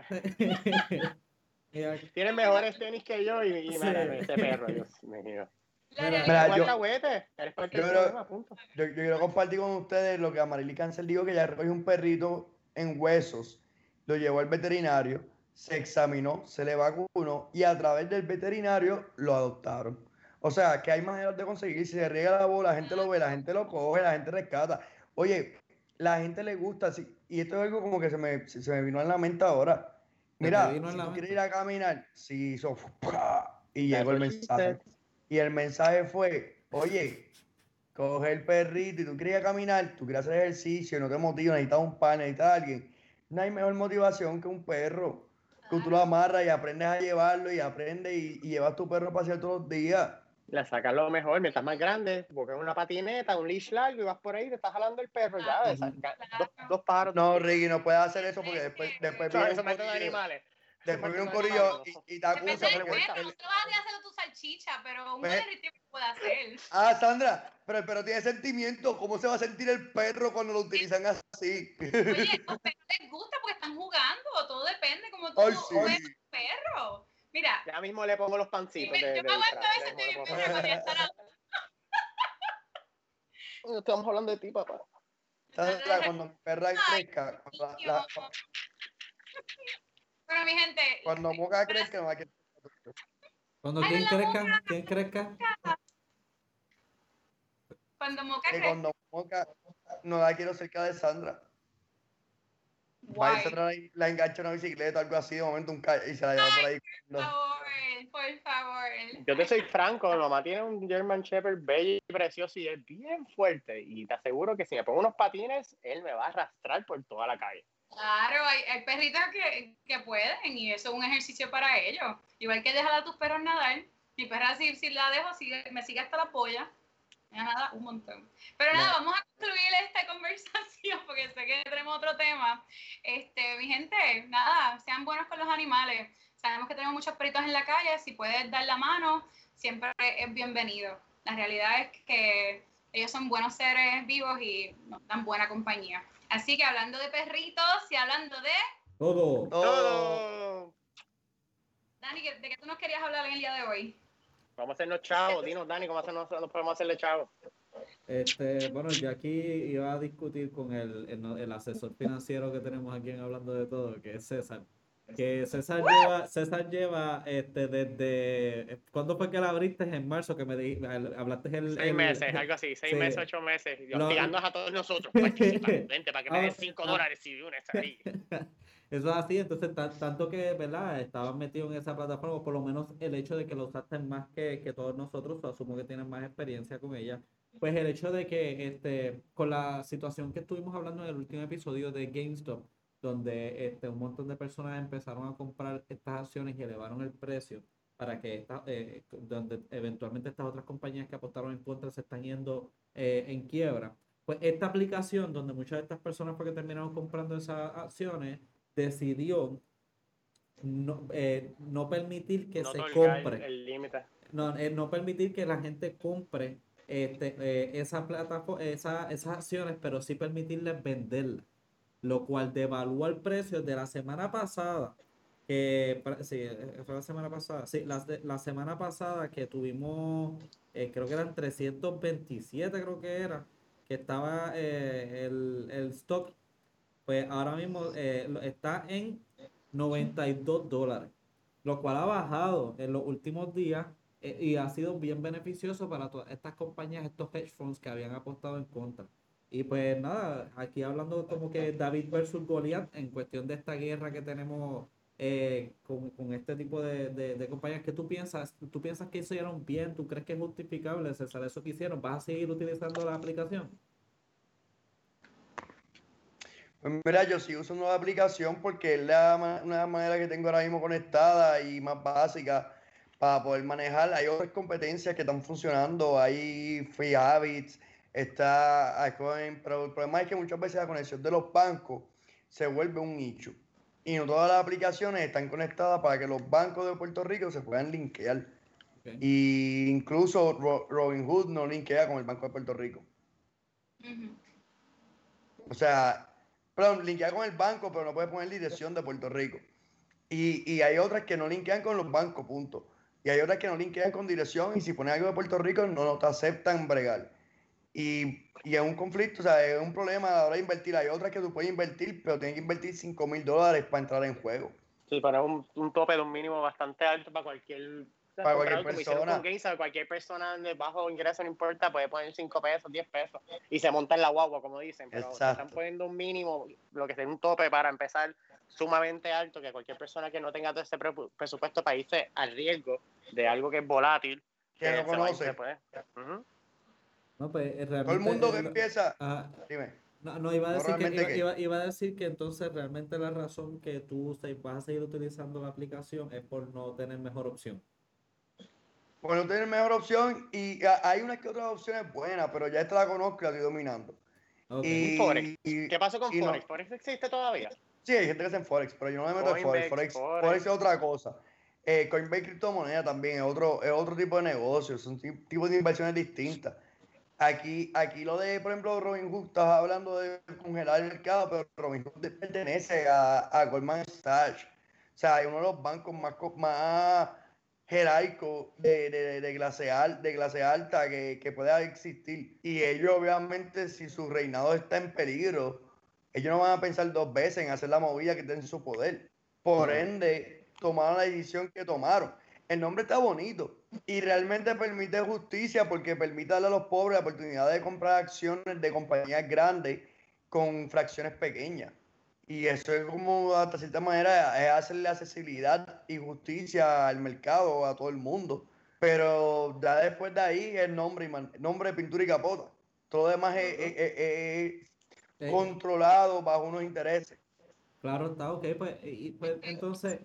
Speaker 4: Tienes mejores tenis que yo y, y sí. Mira, ese perro, Dios mío.
Speaker 1: Mira, Mira yo,
Speaker 4: Eres parte
Speaker 1: yo,
Speaker 4: del
Speaker 1: creo,
Speaker 4: problema, punto.
Speaker 1: Yo, yo quiero compartir con ustedes lo que Amarili Cancel dijo, que ella recogió un perrito en huesos, lo llevó al veterinario, se examinó, se le vacunó y a través del veterinario lo adoptaron. O sea, que hay maneras de conseguir, si se riega la bola, la gente lo ve, la gente lo coge, la gente rescata. Oye, la gente le gusta, sí, y esto es algo como que se me, se me vino en la mente ahora. Mira, si tú quieres ir a caminar, si hizo ¡pah! Y llegó el mensaje. Y el mensaje fue, oye, coge el perrito y tú querías caminar, tú quieres hacer ejercicio, no te motiva, necesitas un pan, necesitas a alguien. No hay mejor motivación que un perro. Que tú lo amarras y aprendes a llevarlo y aprendes y, y llevas tu perro a pasear todos los días.
Speaker 4: Le sacas lo mejor, mientras más grande, buscas una patineta, un leash largo y vas por ahí, te estás jalando el perro, ya,
Speaker 3: Claro,
Speaker 4: esa-
Speaker 3: claro.
Speaker 4: dos, dos pájaros.
Speaker 1: No, Ricky, no puedes hacer eso
Speaker 3: Es
Speaker 1: porque después,
Speaker 3: que-
Speaker 1: después
Speaker 4: ¿Sabes?
Speaker 1: viene
Speaker 4: Eso
Speaker 1: un
Speaker 4: método de
Speaker 1: corillo,
Speaker 4: animales.
Speaker 1: después viene un
Speaker 4: Método de
Speaker 1: corillo
Speaker 4: animales,
Speaker 1: y, y te acusa
Speaker 3: Depende del
Speaker 1: porque
Speaker 3: perro,
Speaker 1: el-
Speaker 3: no te vas a dejar hacerlo tu salchicha, pero un
Speaker 1: Pues-
Speaker 3: golden retriever puede hacer.
Speaker 1: Ah, Sandra, pero el perro tiene sentimiento. ¿Cómo se va a sentir el perro cuando lo utilizan así?
Speaker 3: Oye, a los perros les gusta porque están jugando, todo depende como tú
Speaker 1: Ay, sí.
Speaker 3: ves un perro. Mira,
Speaker 4: Ya mismo le pongo los pancitos.
Speaker 3: yo
Speaker 4: de,
Speaker 3: me
Speaker 4: de
Speaker 3: aguanto a
Speaker 4: disfraz.
Speaker 3: veces
Speaker 4: Le
Speaker 3: de
Speaker 4: pongo-
Speaker 3: bien para estar a-
Speaker 4: Estamos hablando de ti, papá.
Speaker 1: Sandra, cuando mi perra
Speaker 3: Ay,
Speaker 1: crezca, cuando, la-
Speaker 3: niño.
Speaker 1: la-
Speaker 3: Bueno, mi gente,
Speaker 1: cuando Moca crezca, no va a querer.
Speaker 2: Cuando
Speaker 3: Ay,
Speaker 2: quien
Speaker 3: la
Speaker 2: crezca, quien crezca,
Speaker 3: cuando Moca
Speaker 1: Que
Speaker 3: crezca,
Speaker 1: cuando Moca no la quiero cerca de Sandra. Va a
Speaker 3: guay.
Speaker 1: Sandra y la engancha a una bicicleta o algo así, de momento un ca- y se la lleva por ahí.
Speaker 3: Por favor, por favor.
Speaker 4: Yo te soy franco, mamá tiene un German Shepherd bello y precioso y es bien fuerte. Y te aseguro que si me pongo unos patines, él me va a arrastrar por toda la calle.
Speaker 3: Claro, hay, hay perritos que, que pueden y eso es un ejercicio para ellos. Igual que dejar a tus perros nadar. Mi perra, si, si la dejo, sigue, me sigue hasta la polla. Me nada un montón. Pero nada, vamos a concluir esta conversación porque sé que tenemos otro tema. Este, mi gente, nada, sean buenos con los animales. Sabemos que tenemos muchos perritos en la calle. Si puedes dar la mano, siempre es bienvenido. La realidad es que ellos son buenos seres vivos y nos dan buena compañía. Así que hablando de perritos y hablando de...
Speaker 2: todo.
Speaker 4: ¡Todo!
Speaker 3: Dani, ¿de qué tú nos querías hablar en el día de hoy?
Speaker 4: Vamos a hacernos chavos. Dinos, Dani, ¿cómo hacernos, nos podemos hacerle chavos?
Speaker 2: Este, bueno, yo aquí iba a discutir con el, el, el asesor financiero que tenemos aquí en Hablando de Todo, que es César. Que César lleva, César lleva este, desde... ¿Cuándo fue que la abriste? En marzo, que me di, hablaste el...
Speaker 4: Seis
Speaker 2: el-
Speaker 4: meses, algo así. Seis
Speaker 2: sí.
Speaker 4: meses, ocho meses. Y
Speaker 2: Lo-
Speaker 4: hostigándonos a todos nosotros. Participa, vente, para que me
Speaker 2: Ah,
Speaker 4: den cinco
Speaker 2: ah.
Speaker 4: dólares y una salida.
Speaker 2: Eso es así, entonces tan- tanto que, ¿verdad? Estabas metido en esa plataforma, por lo menos el hecho de que lo usaste más que, que todos nosotros, asumo que tienes más experiencia con ella. Pues el hecho de que este, con la situación que estuvimos hablando en el último episodio de GameStop, donde este, un montón de personas empezaron a comprar estas acciones y elevaron el precio para que esta, eh, donde eventualmente estas otras compañías que apostaron en contra se están yendo eh, en quiebra. Pues esta aplicación, donde muchas de estas personas fue que terminaron comprando esas acciones, decidió no, eh, no permitir que
Speaker 4: No
Speaker 2: se
Speaker 4: otorgar
Speaker 2: compre,
Speaker 4: el límite.
Speaker 2: no, eh, no permitir que la gente compre este, eh, esa plataforma, esa, esas acciones, pero sí permitirles venderlas, lo cual devalúa el precio de la semana pasada, que pa- sí, eh, fue la semana pasada, sí, la, de- la semana pasada que tuvimos, eh, creo que eran trescientos veintisiete, creo que era, que estaba eh, el, el stock, pues ahora mismo eh, lo- está en noventa y dos dólares, lo cual ha bajado en los últimos días eh, y ha sido bien beneficioso para todas estas compañías, estos hedge funds que habían apostado en contra. Y pues nada, aquí hablando como que David versus Goliath en cuestión de esta guerra que tenemos eh, con, con este tipo de, de, de compañías. ¿Qué tú piensas? ¿Tú piensas que hicieron bien? ¿Tú crees que es justificable, César, eso que hicieron? ¿Vas a seguir utilizando la aplicación?
Speaker 1: Pues mira, yo sí uso una nueva aplicación porque es la, ma- una manera que tengo ahora mismo conectada y más básica para poder manejar. Hay otras competencias que están funcionando, hay Free Habits, está Acoin, pero el problema es que muchas veces la conexión de los bancos se vuelve un nicho. Y no todas las aplicaciones están conectadas para que los bancos de Puerto Rico se puedan linkear.
Speaker 2: Okay.
Speaker 1: Y incluso Ro- Robinhood no linkea con el Banco de Puerto Rico.
Speaker 3: Ujú.
Speaker 1: O sea, perdón, linkea con el banco, pero no puede poner dirección de Puerto Rico. Y, y hay otras que no linkean con los bancos, punto. Y hay otras que no linkean con dirección y si pones algo de Puerto Rico no, no te aceptan bregar. Y, y es un conflicto, o sea, es un problema a la hora de invertir. Hay otras que tú puedes invertir, pero tienes que invertir cinco mil dólares para entrar en juego.
Speaker 4: Sí, pero es un, un tope de un mínimo bastante alto para cualquier...
Speaker 1: Para cualquier
Speaker 4: comprador, como hicieron
Speaker 1: persona.
Speaker 4: con GameStop, cualquier persona de bajo ingreso, no importa, puede poner cinco pesos, diez pesos y se monta en la guagua, como dicen. Pero
Speaker 1: Exacto.
Speaker 4: están poniendo un mínimo, lo que es un tope para empezar sumamente alto, que cualquier persona que no tenga todo ese pre- presupuesto para irse al riesgo de algo que es volátil,
Speaker 1: Que no
Speaker 4: se va a ir
Speaker 1: conoce.
Speaker 4: después. Ujú.
Speaker 2: No, pues eh,
Speaker 1: Todo el
Speaker 2: realmente.
Speaker 1: mundo
Speaker 2: eh,
Speaker 1: que
Speaker 2: lo-
Speaker 1: empieza,
Speaker 2: ah,
Speaker 1: dime,
Speaker 2: no, no, iba a
Speaker 1: no
Speaker 2: decir que,
Speaker 1: realmente
Speaker 2: iba,
Speaker 1: qué.
Speaker 2: iba, iba a decir que entonces realmente la razón que tú se- vas a seguir utilizando la aplicación es por no tener mejor opción.
Speaker 1: Bueno, tener mejor opción y a- hay unas que otras opciones buenas, pero ya esta la conozco y la estoy dominando.
Speaker 2: Ok.
Speaker 4: ¿Y Forex?
Speaker 1: Y, y,
Speaker 4: ¿Qué pasó con
Speaker 1: y no,
Speaker 4: Forex? ¿Forex existe todavía?
Speaker 1: sí, hay gente que hace en Forex, pero yo no me meto en Forex.
Speaker 4: Coinbase,
Speaker 1: Forex,
Speaker 4: Forex.
Speaker 1: Forex es otra cosa. Eh, Coinbase criptomoneda también es otro, es otro tipo de negocio, son ti- tipos de inversiones distintas. Aquí, aquí lo de, por ejemplo, Robinhood, estás hablando de congelar el mercado, pero Robinhood pertenece a, a Goldman Sachs. O sea, es uno de los bancos más, co- más jerárquicos de, de, de clase, al- de clase alta que, que pueda existir. Y ellos, obviamente, si su reinado está en peligro, ellos no van a pensar dos veces en hacer la movida que tienen en su poder. Por
Speaker 2: Claro.
Speaker 1: ende, tomaron la decisión que tomaron. El nombre está bonito y realmente permite justicia porque permite darle a los pobres la oportunidad de comprar acciones de compañías grandes con fracciones pequeñas. Y eso es como, hasta cierta manera, es hacerle accesibilidad y justicia al mercado, a todo el mundo. Pero ya después de ahí el nombre, y man- nombre, pintura y capota. Todo lo demás es, es- es- es
Speaker 2: Eh,
Speaker 1: controlado bajo unos intereses.
Speaker 2: claro, está ok. Pues, y, pues entonces,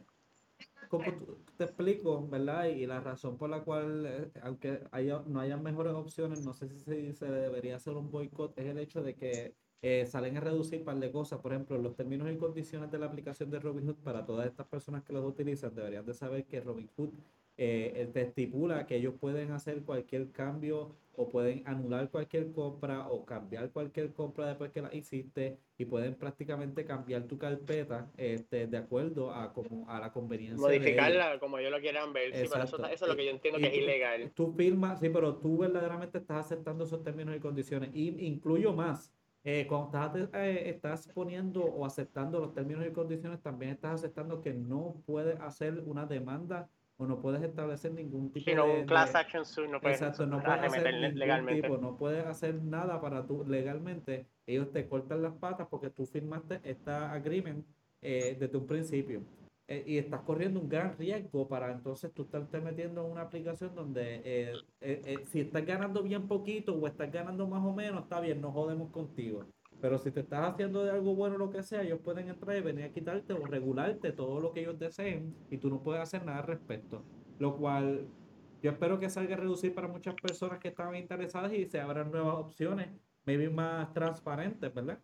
Speaker 2: como tú- te explico, ¿verdad? Y la razón por la cual, eh, aunque haya, no haya mejores opciones, no sé si se, se debería hacer un boicot, es el hecho de que eh, salen a reducir un par de cosas. Por ejemplo, los términos y condiciones de la aplicación de Robinhood para todas estas personas que los utilizan, deberían de saber que Robinhood eh, eh, te estipula que ellos pueden hacer cualquier cambio o pueden anular cualquier compra o cambiar cualquier compra después que la hiciste y pueden prácticamente cambiar tu carpeta este, de acuerdo a, como, a la conveniencia de ellos.
Speaker 4: Modificarla como ellos lo quieran ver. Sí, pero eso,
Speaker 2: Exacto.
Speaker 4: eso es lo que
Speaker 2: Y,
Speaker 4: yo entiendo que
Speaker 2: y
Speaker 4: es
Speaker 2: tú,
Speaker 4: ilegal.
Speaker 2: tú firmas, sí, pero tú verdaderamente estás aceptando esos términos y condiciones. Y incluyo más. Eh, cuando estás, eh, estás poniendo o aceptando los términos y condiciones, también estás aceptando que no puedes hacer una demanda o no puedes establecer ningún tipo
Speaker 4: Sino un
Speaker 2: de,
Speaker 4: class
Speaker 2: de-
Speaker 4: action suit, no puedes
Speaker 2: exacto, no puedes hacer
Speaker 4: arremeter
Speaker 2: ningún
Speaker 4: legalmente.
Speaker 2: tipo, no puedes hacer nada para tú legalmente. Ellos te cortan las patas porque tú firmaste esta agreement eh, desde un principio. Eh, y estás corriendo un gran riesgo para entonces tú estarte metiendo en una aplicación donde eh, eh, eh, si estás ganando bien poquito o estás ganando más o menos, está bien, no jodemos contigo. Pero si te estás haciendo de algo bueno, lo que sea, ellos pueden entrar y venir a quitarte o regularte todo lo que ellos deseen y tú no puedes hacer nada al respecto. Lo cual yo espero que salga a reducir para muchas personas que estaban interesadas y se abran nuevas opciones, maybe más transparentes, ¿verdad?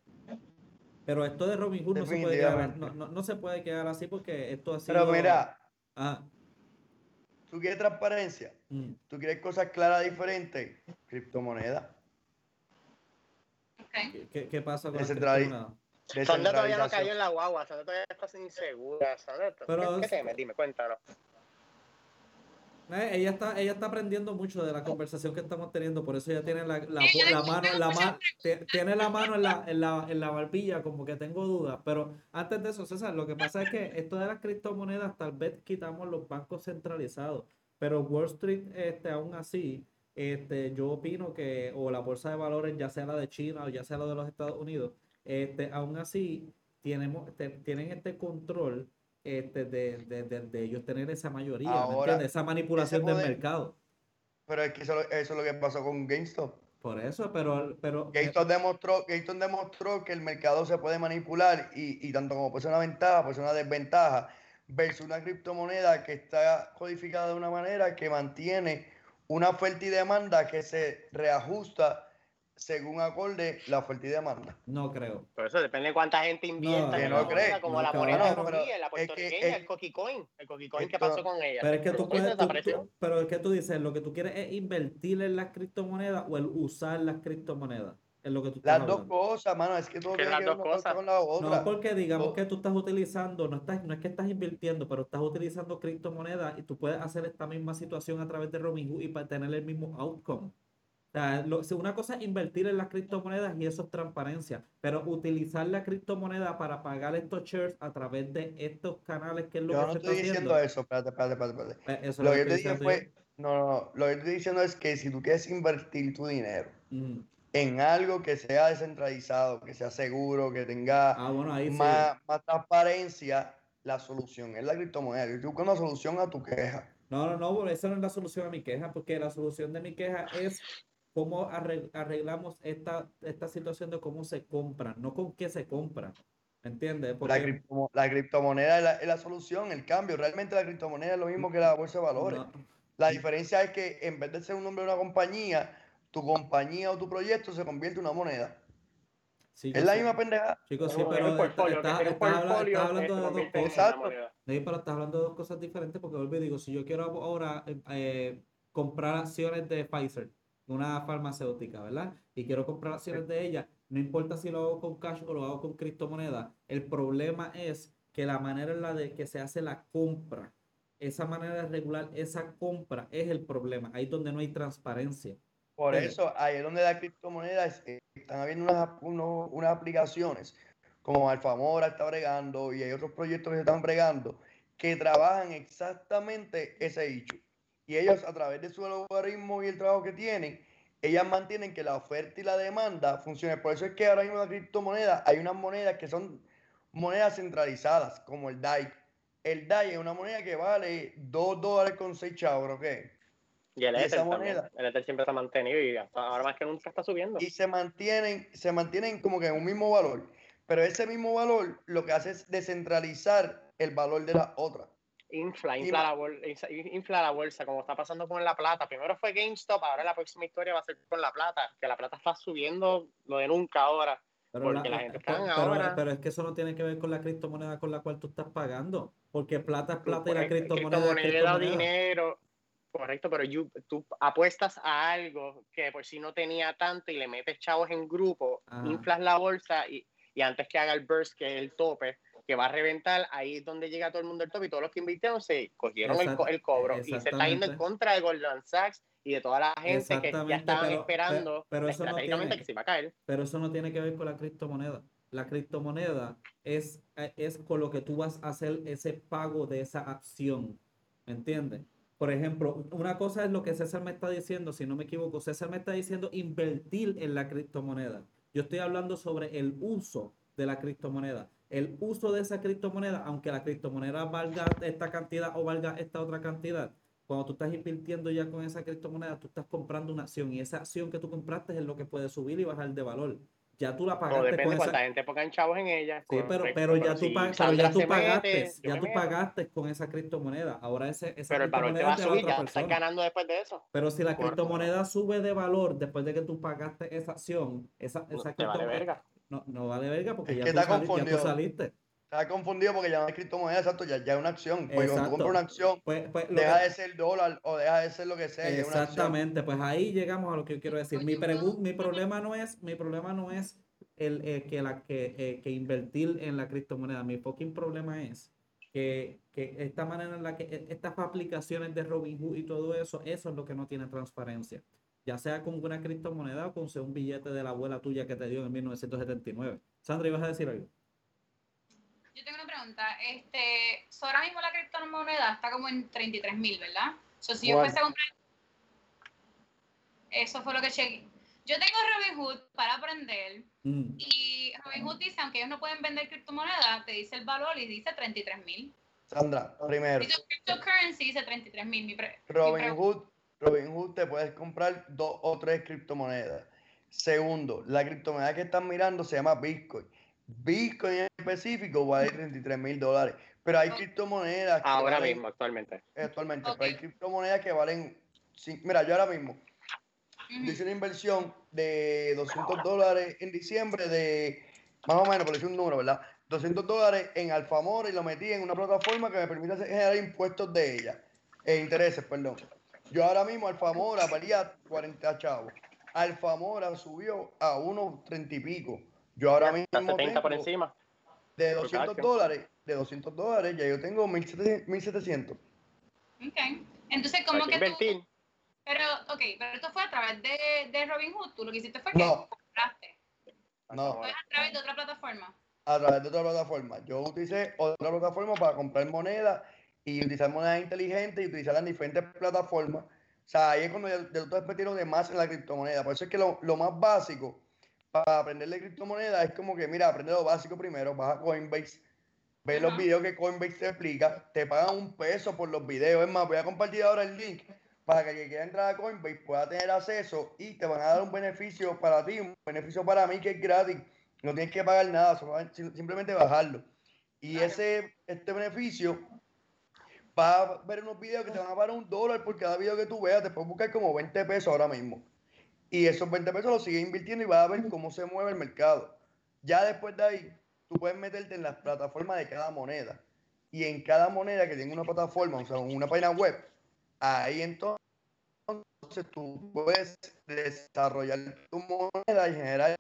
Speaker 2: Pero esto de Robin Hood no se puede quedar, no,
Speaker 1: Definitivamente.
Speaker 2: no, no se puede quedar así porque esto ha
Speaker 1: Pero
Speaker 2: sido.
Speaker 1: mira,
Speaker 2: Ah,
Speaker 1: tú quieres transparencia,
Speaker 2: mm,
Speaker 1: tú quieres cosas claras, diferentes, criptomoneda,
Speaker 3: Ok.
Speaker 2: ¿qué, qué- qué pasa con las
Speaker 1: descentrali-
Speaker 2: criptomonedas?
Speaker 4: Sandra todavía no
Speaker 1: descentralización.
Speaker 4: cayó en la guagua, Sandra todavía está insegura. Sandra, ¿qué,
Speaker 2: Pero
Speaker 4: qué
Speaker 2: es-
Speaker 4: temes? Dime, cuéntanos.
Speaker 2: eh, ella está, ella está aprendiendo mucho de la conversación que estamos teniendo, por eso ella tiene la, la,
Speaker 3: Sí, yo
Speaker 2: la
Speaker 3: le-
Speaker 2: mano,
Speaker 3: tengo
Speaker 2: la
Speaker 3: muchas
Speaker 2: ma- te- tiene la mano en la, en la, en la barbilla, como que tengo dudas. Pero antes de eso, César, lo que pasa es que esto de las criptomonedas, tal vez quitamos los bancos centralizados, pero Wall Street, este, aún así, este, yo opino que, o la bolsa de valores, ya sea la de China o ya sea la de los Estados Unidos, este, aún así, tenemos, te- tienen este control este, de, de, de, de ellos tener esa mayoría, ¿me entiendes?
Speaker 1: Ahora,
Speaker 2: Esa
Speaker 1: ese
Speaker 2: manipulación del
Speaker 1: poder,
Speaker 2: mercado.
Speaker 1: pero es que eso, eso es lo que pasó con GameStop.
Speaker 2: Por eso, pero, pero eh,
Speaker 1: GameStop demostró, GameStop demostró que el mercado se puede manipular y, y tanto como puede ser una ventaja, puede ser una desventaja, versus una criptomoneda que está codificada de una manera que mantiene una oferta y demanda que se reajusta según acorde la oferta y demanda.
Speaker 2: no creo.
Speaker 4: Por eso depende de cuánta gente
Speaker 2: No,
Speaker 4: invierta en
Speaker 1: Que
Speaker 4: esa
Speaker 1: no
Speaker 2: no,
Speaker 4: moneda,
Speaker 1: cree.
Speaker 4: como
Speaker 2: no,
Speaker 4: la
Speaker 2: que
Speaker 4: moneda de
Speaker 2: va.
Speaker 1: Bueno, pero
Speaker 4: Rocky, la
Speaker 1: es que,
Speaker 4: puertorriqueña,
Speaker 1: es
Speaker 4: el Coqui Coin. El Coqui Coin, ¿qué pasó
Speaker 1: esto,
Speaker 4: con ella?
Speaker 2: Pero es que tú
Speaker 4: Explotó y
Speaker 2: puedes, tú,
Speaker 4: desapareció.
Speaker 2: tú- pero es que tú dices, lo que tú quieres es invertir en las criptomonedas o el usar las criptomonedas. Es lo que tú estás
Speaker 1: las dos
Speaker 2: hablando.
Speaker 1: cosas, mano, es que todo
Speaker 4: Que
Speaker 1: tiene
Speaker 4: las
Speaker 1: que ver
Speaker 4: dos
Speaker 1: una cosa
Speaker 4: cosas.
Speaker 1: con la
Speaker 2: No,
Speaker 1: otra.
Speaker 2: porque digamos que
Speaker 1: Todo-
Speaker 2: tú estás utilizando, no estás, no es que estás invirtiendo, pero estás utilizando criptomonedas y tú puedes hacer esta misma situación a través de Robinhood y para tener el mismo outcome. O sea, lo- si una cosa es invertir en las criptomonedas y eso es transparencia, pero utilizar la criptomoneda para pagar estos shares a través de estos canales, que es lo
Speaker 1: Yo
Speaker 2: que
Speaker 1: no
Speaker 2: se está
Speaker 1: estoy diciendo
Speaker 2: haciendo,
Speaker 1: eso, espérate, espérate, espérate, espérate.
Speaker 2: pues eso es
Speaker 1: Lo
Speaker 2: lo
Speaker 1: que
Speaker 2: que
Speaker 1: yo te
Speaker 2: estoy
Speaker 1: dije
Speaker 2: diciendo yo.
Speaker 1: fue, no, no, no, lo que yo estoy diciendo es que si tú quieres invertir tu dinero
Speaker 2: Ujú.
Speaker 1: en algo que sea descentralizado, que sea seguro, que tenga
Speaker 2: Ah, bueno, ahí sí.
Speaker 1: más, más transparencia, la solución es la criptomoneda. Yo estoy buscando una solución a tu queja.
Speaker 2: No, no, no, esa no es la solución a mi queja, porque la solución de mi queja es cómo arreg- arreglamos esta, esta situación de cómo se compran, no con qué se compran. ¿Me entiendes?
Speaker 1: La,
Speaker 2: Porque
Speaker 1: criptomo- la criptomoneda es la, es la solución, el cambio. Realmente la criptomoneda es lo mismo que la bolsa de valores.
Speaker 2: no,
Speaker 1: La diferencia es que en vez de ser un nombre de una compañía, tu compañía o tu proyecto se convierte en una moneda.
Speaker 2: sí,
Speaker 1: Es
Speaker 2: yo
Speaker 1: la
Speaker 2: sé.
Speaker 1: misma pendeja.
Speaker 2: Chicos,
Speaker 4: Es
Speaker 2: sí,
Speaker 4: un, es un
Speaker 2: pero está-
Speaker 4: portfolio, que
Speaker 2: estás
Speaker 4: sería un
Speaker 2: estás habla- estás
Speaker 4: portfolio, eh,
Speaker 2: hablando
Speaker 4: se
Speaker 2: de dos
Speaker 4: convierte en una
Speaker 2: cosas.
Speaker 4: moneda.
Speaker 2: Sí, pero estás hablando de dos cosas diferentes porque vuelvo y digo, si yo quiero ahora eh, eh, comprar acciones de Pfizer, una farmacéutica, ¿verdad? Y quiero comprar acciones de ella, no importa si lo hago con cash o lo hago con criptomoneda, el problema es que la manera en la de que se hace la compra, esa manera de regular esa compra es el problema, ahí es donde no hay transparencia.
Speaker 1: Por
Speaker 2: ¿Entiendes?
Speaker 1: eso, ahí es donde la criptomoneda es- eh, están habiendo unas, unos- unas aplicaciones como Alfamora está bregando y hay otros proyectos que se están bregando que trabajan exactamente ese hecho. Y ellos, a través de su algoritmo y el trabajo que tienen, ellas mantienen que la oferta y la demanda funcionen. Por eso es que ahora mismo la criptomoneda, hay unas monedas que son monedas centralizadas, como el D A I. El D A I es una moneda que vale dos dólares con seis chavos, ¿ok?
Speaker 4: Y el
Speaker 1: Y esa
Speaker 4: Ether también.
Speaker 1: moneda,
Speaker 4: El Ether siempre se ha mantenido y hasta ahora más que nunca está subiendo.
Speaker 1: y se mantienen, se mantienen como que en un mismo valor. Pero ese mismo valor lo que hace es descentralizar el valor de la otra.
Speaker 4: Infla,
Speaker 1: Y
Speaker 4: infla
Speaker 1: ma-
Speaker 4: la, bol- infla la bolsa, como está pasando con la plata. Primero fue GameStop, ahora la próxima historia va a ser con la plata, que la plata está subiendo lo de nunca ahora,
Speaker 2: Pero, la,
Speaker 4: porque la
Speaker 2: la-
Speaker 4: gente
Speaker 2: pe-
Speaker 4: está
Speaker 2: pero,
Speaker 4: ahora,
Speaker 2: pero es que eso no tiene que ver con la criptomoneda con la cual tú estás pagando, porque plata es
Speaker 4: tú,
Speaker 2: plata y la
Speaker 4: eh,
Speaker 2: criptomoneda es
Speaker 4: criptomoneda,
Speaker 2: criptomoneda.
Speaker 4: dinero, correcto, pero you- tú apuestas a algo que por si no tenía tanto y le metes chavos en grupo,
Speaker 2: Ajá.
Speaker 4: inflas la bolsa y, y antes que haga el burst, que es el tope, que va a reventar, ahí es donde llega todo el mundo al tope y todos los que invirtieron se cogieron el, co-
Speaker 2: Exact-
Speaker 4: el cobro y se está yendo en
Speaker 2: exactamente,
Speaker 4: contra de Goldman Sachs y de toda la gente que ya
Speaker 2: exactamente,
Speaker 4: estaban
Speaker 2: pero, pe-
Speaker 4: esperando
Speaker 2: pero, eso no
Speaker 4: estratégicamente
Speaker 2: tiene,
Speaker 4: que se iba a caer.
Speaker 2: pero eso no tiene que ver con la criptomoneda. La criptomoneda es, eh, es con lo que tú vas a hacer ese pago de esa acción, ¿me entiendes? Por ejemplo, una cosa es lo que César me está diciendo, si no me equivoco, César me está diciendo invertir en la criptomoneda. Yo estoy hablando sobre el uso de la criptomoneda. El uso de esa criptomoneda, aunque la criptomoneda valga esta cantidad o valga esta otra cantidad, cuando tú estás invirtiendo ya con esa criptomoneda, tú estás comprando una acción y esa acción que tú compraste es lo que puede subir y bajar de valor. Ya tú la
Speaker 4: Todo
Speaker 2: pagaste con
Speaker 4: depende
Speaker 2: esa.
Speaker 4: cuánta gente pongan chavos en ella,
Speaker 2: Sí, pero,
Speaker 4: correcto,
Speaker 2: pero
Speaker 4: pero
Speaker 2: ya tú,
Speaker 4: si
Speaker 2: pa- pero ya
Speaker 4: Sandra
Speaker 2: tú
Speaker 4: se
Speaker 2: pagaste,
Speaker 4: mete, yo
Speaker 2: ya
Speaker 4: me
Speaker 2: tú
Speaker 4: meto,
Speaker 2: pagaste con esa criptomoneda. Ahora ese, esa
Speaker 4: pero el valor te
Speaker 2: criptomoneda
Speaker 4: va
Speaker 2: es
Speaker 4: a
Speaker 2: de la
Speaker 4: subir,
Speaker 2: otra
Speaker 4: ya estás
Speaker 2: persona.
Speaker 4: ganando después de eso.
Speaker 2: Pero si la
Speaker 4: Correcto.
Speaker 2: criptomoneda sube de valor después de que tú pagaste esa acción, esa,
Speaker 4: No,
Speaker 2: esa
Speaker 4: te vale
Speaker 2: criptomoneda
Speaker 4: verga.
Speaker 2: no, no vale verga porque
Speaker 1: es
Speaker 2: ya
Speaker 1: que
Speaker 2: tú,
Speaker 1: está
Speaker 2: sali- ya tú
Speaker 1: confundido.
Speaker 2: saliste.
Speaker 1: Está confundido porque ya no es criptomoneda, exacto, ya, ya es una acción. Porque cuando tú compras una
Speaker 2: Exacto.
Speaker 1: acción,
Speaker 2: Pues, pues lo
Speaker 1: deja
Speaker 2: que,
Speaker 1: de ser dólar o deja de ser lo que sea, ya es una acción.
Speaker 2: exactamente, pues ahí llegamos a lo que yo quiero decir. Mi pregun- mi problema no es, mi problema no es el eh, que la que, eh, que invertir en la criptomoneda. Mi fucking problema es que, que esta manera en la que e- estas aplicaciones de Robinhood y todo eso, eso es lo que no tiene transparencia. Ya sea con una criptomoneda o con un billete de la abuela tuya que te dio en mil novecientos setenta y nueve. Sandra, ¿ibas a decir algo?
Speaker 3: Yo tengo una pregunta. Este, so ahora mismo la criptomoneda está como en treinta y tres mil, ¿verdad? So, si yo
Speaker 1: Bueno.
Speaker 3: fuese a comprar... Eso fue lo que chequeé. Yo tengo Robinhood para aprender
Speaker 2: Mm.
Speaker 3: y Robinhood dice, aunque ellos no pueden vender criptomonedas, te dice el valor y dice treinta y tres mil.
Speaker 1: Sandra, primero,
Speaker 3: Dice cryptocurrency, dice treinta y tres mil. Mi pre- mi
Speaker 1: Robin
Speaker 3: pre-
Speaker 1: Hood, Robin Hood te puedes comprar dos o tres criptomonedas. Segundo, la criptomoneda que están mirando se llama Bitcoin. Bitcoin en específico vale treinta y tres mil dólares. Pero hay
Speaker 3: Ok.
Speaker 1: criptomonedas que
Speaker 4: Ahora
Speaker 1: valen
Speaker 4: mismo, actualmente.
Speaker 1: actualmente,
Speaker 3: Ok.
Speaker 1: pero hay criptomonedas que valen. cin- Mira, yo ahora mismo
Speaker 3: Ujú.
Speaker 1: yo hice una inversión de doscientos dólares en diciembre de, más o menos, por decir un número, ¿verdad? doscientos dólares en Alfamora y lo metí en una plataforma que me permite hacer- generar impuestos de ella, e intereses, perdón. Yo ahora mismo Alfamora valía cuarenta chavos. Alfamora subió a unos treinta y pico. Yo ahora
Speaker 4: Ya, está
Speaker 1: mismo
Speaker 4: setenta por
Speaker 1: tengo
Speaker 4: encima.
Speaker 1: de
Speaker 4: por cada
Speaker 1: doscientos
Speaker 4: acción.
Speaker 1: dólares, de doscientos dólares, ya yo tengo mil setecientos.
Speaker 3: Ok. Entonces,
Speaker 4: Hay
Speaker 3: ¿cómo
Speaker 4: que
Speaker 3: que tú...?
Speaker 4: invertir.
Speaker 3: Pero, ok, pero esto fue a través de, de Robinhood. Tú lo que hiciste fue que
Speaker 1: No,
Speaker 3: compraste.
Speaker 1: no.
Speaker 3: ¿Fue a través de otra plataforma?
Speaker 1: A través de otra plataforma. Yo utilicé otra plataforma para comprar moneda y utilizar monedas inteligentes y utilizarlas en diferentes plataformas. O sea, ahí es cuando ya, ya tú te metieron de más en la criptomoneda. Por eso es que lo, lo más básico para aprender de criptomoneda es como que, mira, aprende lo básico primero, vas a Coinbase, ves los
Speaker 3: Ajá.
Speaker 1: videos que Coinbase te explica, te pagan un peso por los videos. Es más, voy a compartir ahora el link para que el que quiera entrar a Coinbase pueda tener acceso y te van a dar un beneficio para ti, un beneficio para mí que es gratis. No tienes que pagar nada, solo, simplemente bajarlo. Y
Speaker 3: Claro.
Speaker 1: ese, este beneficio, vas a ver unos videos que te van a pagar un dólar por cada video que tú veas. Te puedes buscar como veinte pesos ahora mismo. Y esos veinte pesos los sigues invirtiendo y vas a ver cómo se mueve el mercado. Ya después de ahí, tú puedes meterte en las plataformas de cada moneda. Y en cada moneda que tenga una plataforma, o sea, una página web, ahí entonces tú puedes desarrollar tu moneda y generar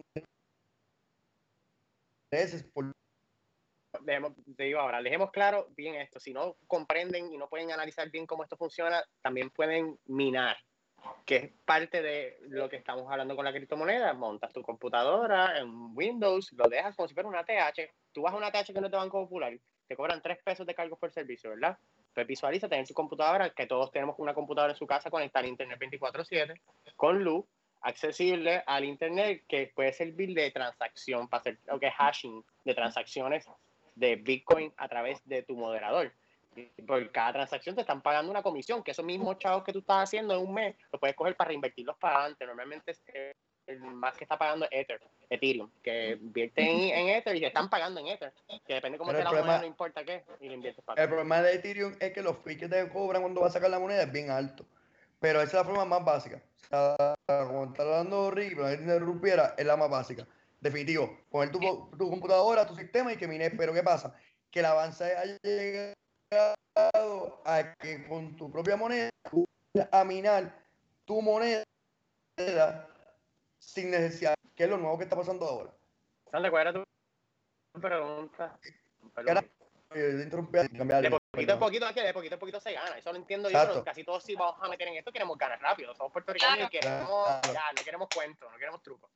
Speaker 1: intereses por...
Speaker 4: Dejemos, te digo ahora, dejemos claro bien esto. Si no comprenden y no pueden analizar bien cómo esto funciona, también pueden minar, que es parte de lo que estamos hablando con la criptomoneda. Montas tu computadora en Windows, lo dejas como si fuera una T H. Tú vas a una T H que no es de Banco Popular, te cobran tres pesos de cargos por servicio, ¿verdad? Pues visualiza tener tu computadora, que todos tenemos una computadora en su casa conectada al internet veinticuatro siete, con luz, accesible al internet, que puede servir de transacción para hacer lo que es hashing de transacciones de Bitcoin a través de tu moderador. Por cada transacción te están pagando una comisión, que esos mismos chavos que tú estás haciendo en un mes, los puedes coger para reinvertirlos para adelante. Normalmente es el más que está pagando Ether, Ethereum, que invierte en, en Ether y te están pagando en Ether, que depende cómo
Speaker 1: Pero
Speaker 4: sea
Speaker 1: el
Speaker 4: la moneda,
Speaker 1: problema-
Speaker 4: no importa qué, y lo inviertes para
Speaker 1: El
Speaker 4: atrás.
Speaker 1: problema de Ethereum es que los fees que te cobran cuando vas a sacar la moneda es bien alto. Pero esa es la forma más básica. O sea, como está hablando horrible, la gente interrumpiera, es la más básica. Definitivo. Poner tu, tu computadora, tu sistema y que mines. Pero ¿qué pasa? Que el avance ha llegado a que con tu propia moneda, tú puedes a minar tu moneda sin necesidad, que es lo nuevo que está pasando ahora.
Speaker 4: Sandra, ¿cuál era tu pregunta?
Speaker 1: Era,
Speaker 4: Perdón.
Speaker 1: eh, interrumpir, cambiar
Speaker 4: De
Speaker 1: algo,
Speaker 4: poquito a
Speaker 1: perdón.
Speaker 4: poquito, es que de poquito a poquito se gana. Eso lo entiendo yo,
Speaker 1: Exacto.
Speaker 4: pero casi todos sí vamos a meter en esto, queremos ganar rápido. Somos puertorriqueños
Speaker 3: Claro.
Speaker 4: y queremos,
Speaker 1: Claro.
Speaker 4: ya, no queremos cuentos, no queremos trucos.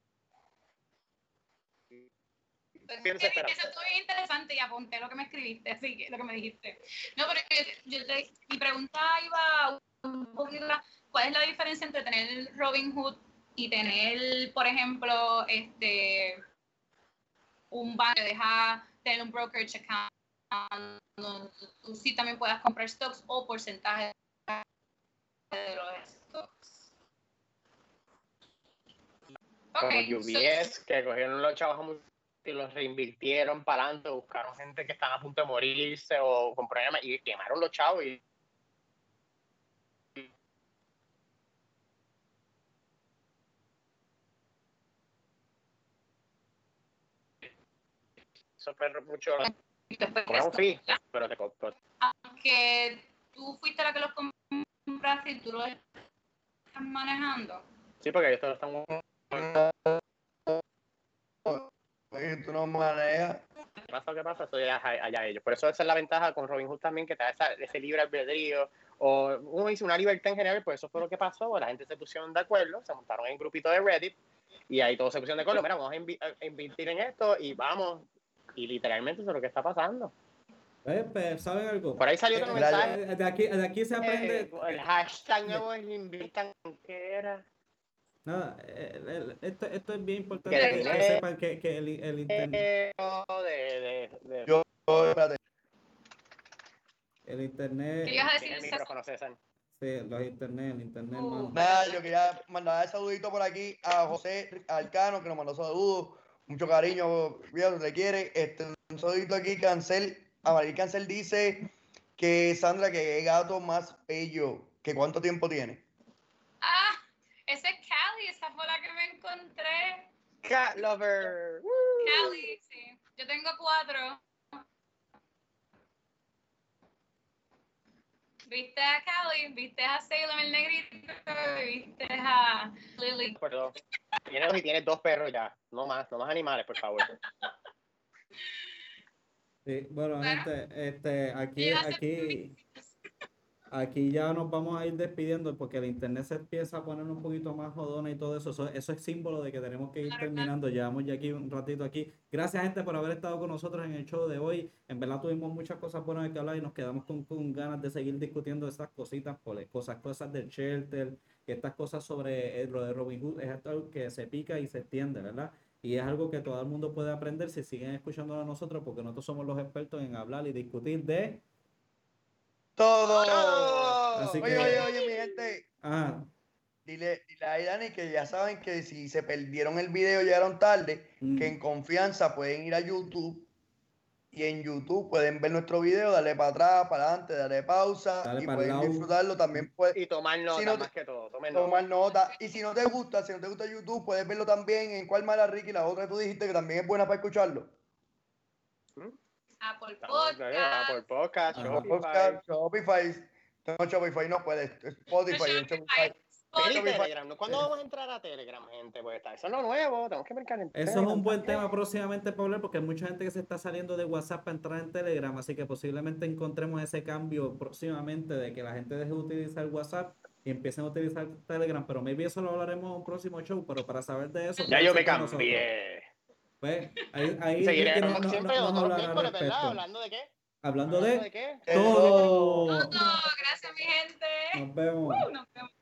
Speaker 3: Pues,
Speaker 4: Bien desesperado.
Speaker 3: eso estuvo bien interesante y apunté lo que me escribiste, así que lo que me dijiste. No, pero yo, yo te, mi pregunta iba un poquito, ¿cuál es la diferencia entre tener Robinhood y tener, por ejemplo, este un banco que deja tener un brokerage account donde tú sí también puedas comprar stocks o porcentaje de los stocks?
Speaker 4: Como
Speaker 3: Okay,
Speaker 4: U B S, que cogieron los chavos y los reinvirtieron para adelante, buscaron gente que están a punto de morirse o con problemas y quemaron los chavos y eso fue mucho, cobran un fee, pero te costó.
Speaker 3: Aunque tú fuiste la que los compraste y tú los estás manejando.
Speaker 4: Sí, porque ellos todos están...
Speaker 1: Oye, tú no manejas.
Speaker 4: ¿Qué pasa? ¿Qué pasa? Eso ya es allá ellos. Por eso esa es la ventaja con Robinhood también, que te da esa, ese libre albedrío, o uno dice una libertad en general, pues eso fue lo que pasó, la gente se pusieron de acuerdo, se montaron en un grupito de Reddit, y ahí todos se pusieron de acuerdo, mira, vamos a, invi a invertir en esto, y vamos, y literalmente eso es lo que está pasando.
Speaker 2: Eh, pues, ¿saben algo?
Speaker 4: Por ahí salió otro mensaje.
Speaker 2: Eh, de, aquí, de aquí se aprende.
Speaker 4: Eh, el hashtag nuevo es invitan, ¿qué era?
Speaker 2: Nada, el, el, esto, esto es bien importante
Speaker 4: Que
Speaker 2: que,
Speaker 4: tiene-
Speaker 2: que sepan que, que el, el internet.
Speaker 4: De, de, de,
Speaker 1: Yo, yo, espérate.
Speaker 2: El internet.
Speaker 3: ¿Qué ibas a
Speaker 4: Tiene el
Speaker 3: decir,
Speaker 4: micrófono, César.
Speaker 2: Sí, los internet, el internet,
Speaker 3: Uh.
Speaker 2: mano.
Speaker 1: Nada, yo quería mandar un saludito por aquí a José Alcano, que nos mandó saludos, mucho cariño, mira, si te quiere. Este, un saludito aquí, Cancel, a María Cancel dice que Sandra, que es gato más bello, que cuánto tiempo tiene.
Speaker 3: Ah, ese es Cali, esa fue la que me encontré.
Speaker 4: Cat Lover. Woo.
Speaker 3: Cali, sí. Yo tengo cuatro. Viste a Cali, viste a Salem el negrito, viste a Lily.
Speaker 4: Perdón. Tiene dos y tiene dos perros ya. No más, no más animales, por favor.
Speaker 2: Sí, bueno,
Speaker 3: Bueno.
Speaker 2: gente, este, aquí,
Speaker 3: Ellos hacen
Speaker 2: aquí, aquí ya nos vamos a ir despidiendo porque el internet se empieza a poner un poquito más jodona y todo eso. Eso, eso es símbolo de que tenemos que ir
Speaker 3: Claro,
Speaker 2: terminando. Llevamos ya aquí un ratito aquí. Gracias, gente, por haber estado con nosotros en el show de hoy. En verdad tuvimos muchas cosas buenas de que hablar y nos quedamos con, con ganas de seguir discutiendo estas cositas, cosas, cosas del shelter, y estas cosas sobre eh, lo de Robinhood. Es algo que se pica y se extiende, ¿verdad? Y es algo que todo el mundo puede aprender si siguen escuchándonos a nosotros, porque nosotros somos los expertos en hablar y discutir de
Speaker 1: Todo.
Speaker 4: ¡Todo!
Speaker 2: Así
Speaker 1: Oye,
Speaker 2: que-
Speaker 1: oye, oye, mi gente.
Speaker 2: Ajá.
Speaker 1: Dile, dile a Dani que ya saben que si se perdieron el video, llegaron tarde,
Speaker 2: Mm.
Speaker 1: que en confianza pueden ir a YouTube y en YouTube pueden ver nuestro video, darle para atrás, para adelante, darle pausa
Speaker 2: Dale
Speaker 1: y
Speaker 2: para el
Speaker 1: pueden
Speaker 2: lado.
Speaker 1: disfrutarlo. También pueden
Speaker 4: Y tomar nota
Speaker 1: no te-
Speaker 4: más que todo. Tomen nota.
Speaker 1: tomar nota. Y si no te gusta, si no te gusta YouTube, puedes verlo también en Cuál Mala Ricky, la otra que tú dijiste que también es buena para escucharlo.
Speaker 3: Apple
Speaker 4: Estamos, eh,
Speaker 3: Podcast.
Speaker 4: Por podcast,
Speaker 2: Ajá.
Speaker 4: Shopify.
Speaker 1: Podcast, Shopify. No, Shopify no puede. Spotify, en
Speaker 3: Shopify,
Speaker 1: Shopify.
Speaker 4: Pero y
Speaker 3: Spotify.
Speaker 4: Telegram, ¿no? ¿Cuándo vamos a entrar a Telegram, gente? Pues está, eso es lo nuevo, tenemos que marcar en
Speaker 2: Eso es
Speaker 4: Telegram
Speaker 2: un buen
Speaker 4: también.
Speaker 2: tema próximamente para hablar porque hay mucha gente que se está saliendo de WhatsApp para entrar en Telegram, así que posiblemente encontremos ese cambio próximamente de que la gente deje de utilizar WhatsApp y empiecen a utilizar Telegram, pero maybe eso lo hablaremos en un próximo show, pero para saber de eso...
Speaker 4: Ya yo me
Speaker 2: quédense con nosotros.
Speaker 4: cambié.
Speaker 2: Pues, ahí, ahí
Speaker 4: Y seguiremos
Speaker 2: Ricky no- no-
Speaker 4: siempre
Speaker 2: no- nos
Speaker 4: todos los
Speaker 2: hablará al
Speaker 4: miércoles, ¿verdad?
Speaker 2: respecto.
Speaker 4: ¿Hablando de qué?
Speaker 2: Hablando
Speaker 4: ¿Hablando
Speaker 2: de
Speaker 4: de qué?
Speaker 2: todo.
Speaker 3: Todo. Gracias, mi gente.
Speaker 2: Nos vemos.
Speaker 3: Nos vemos.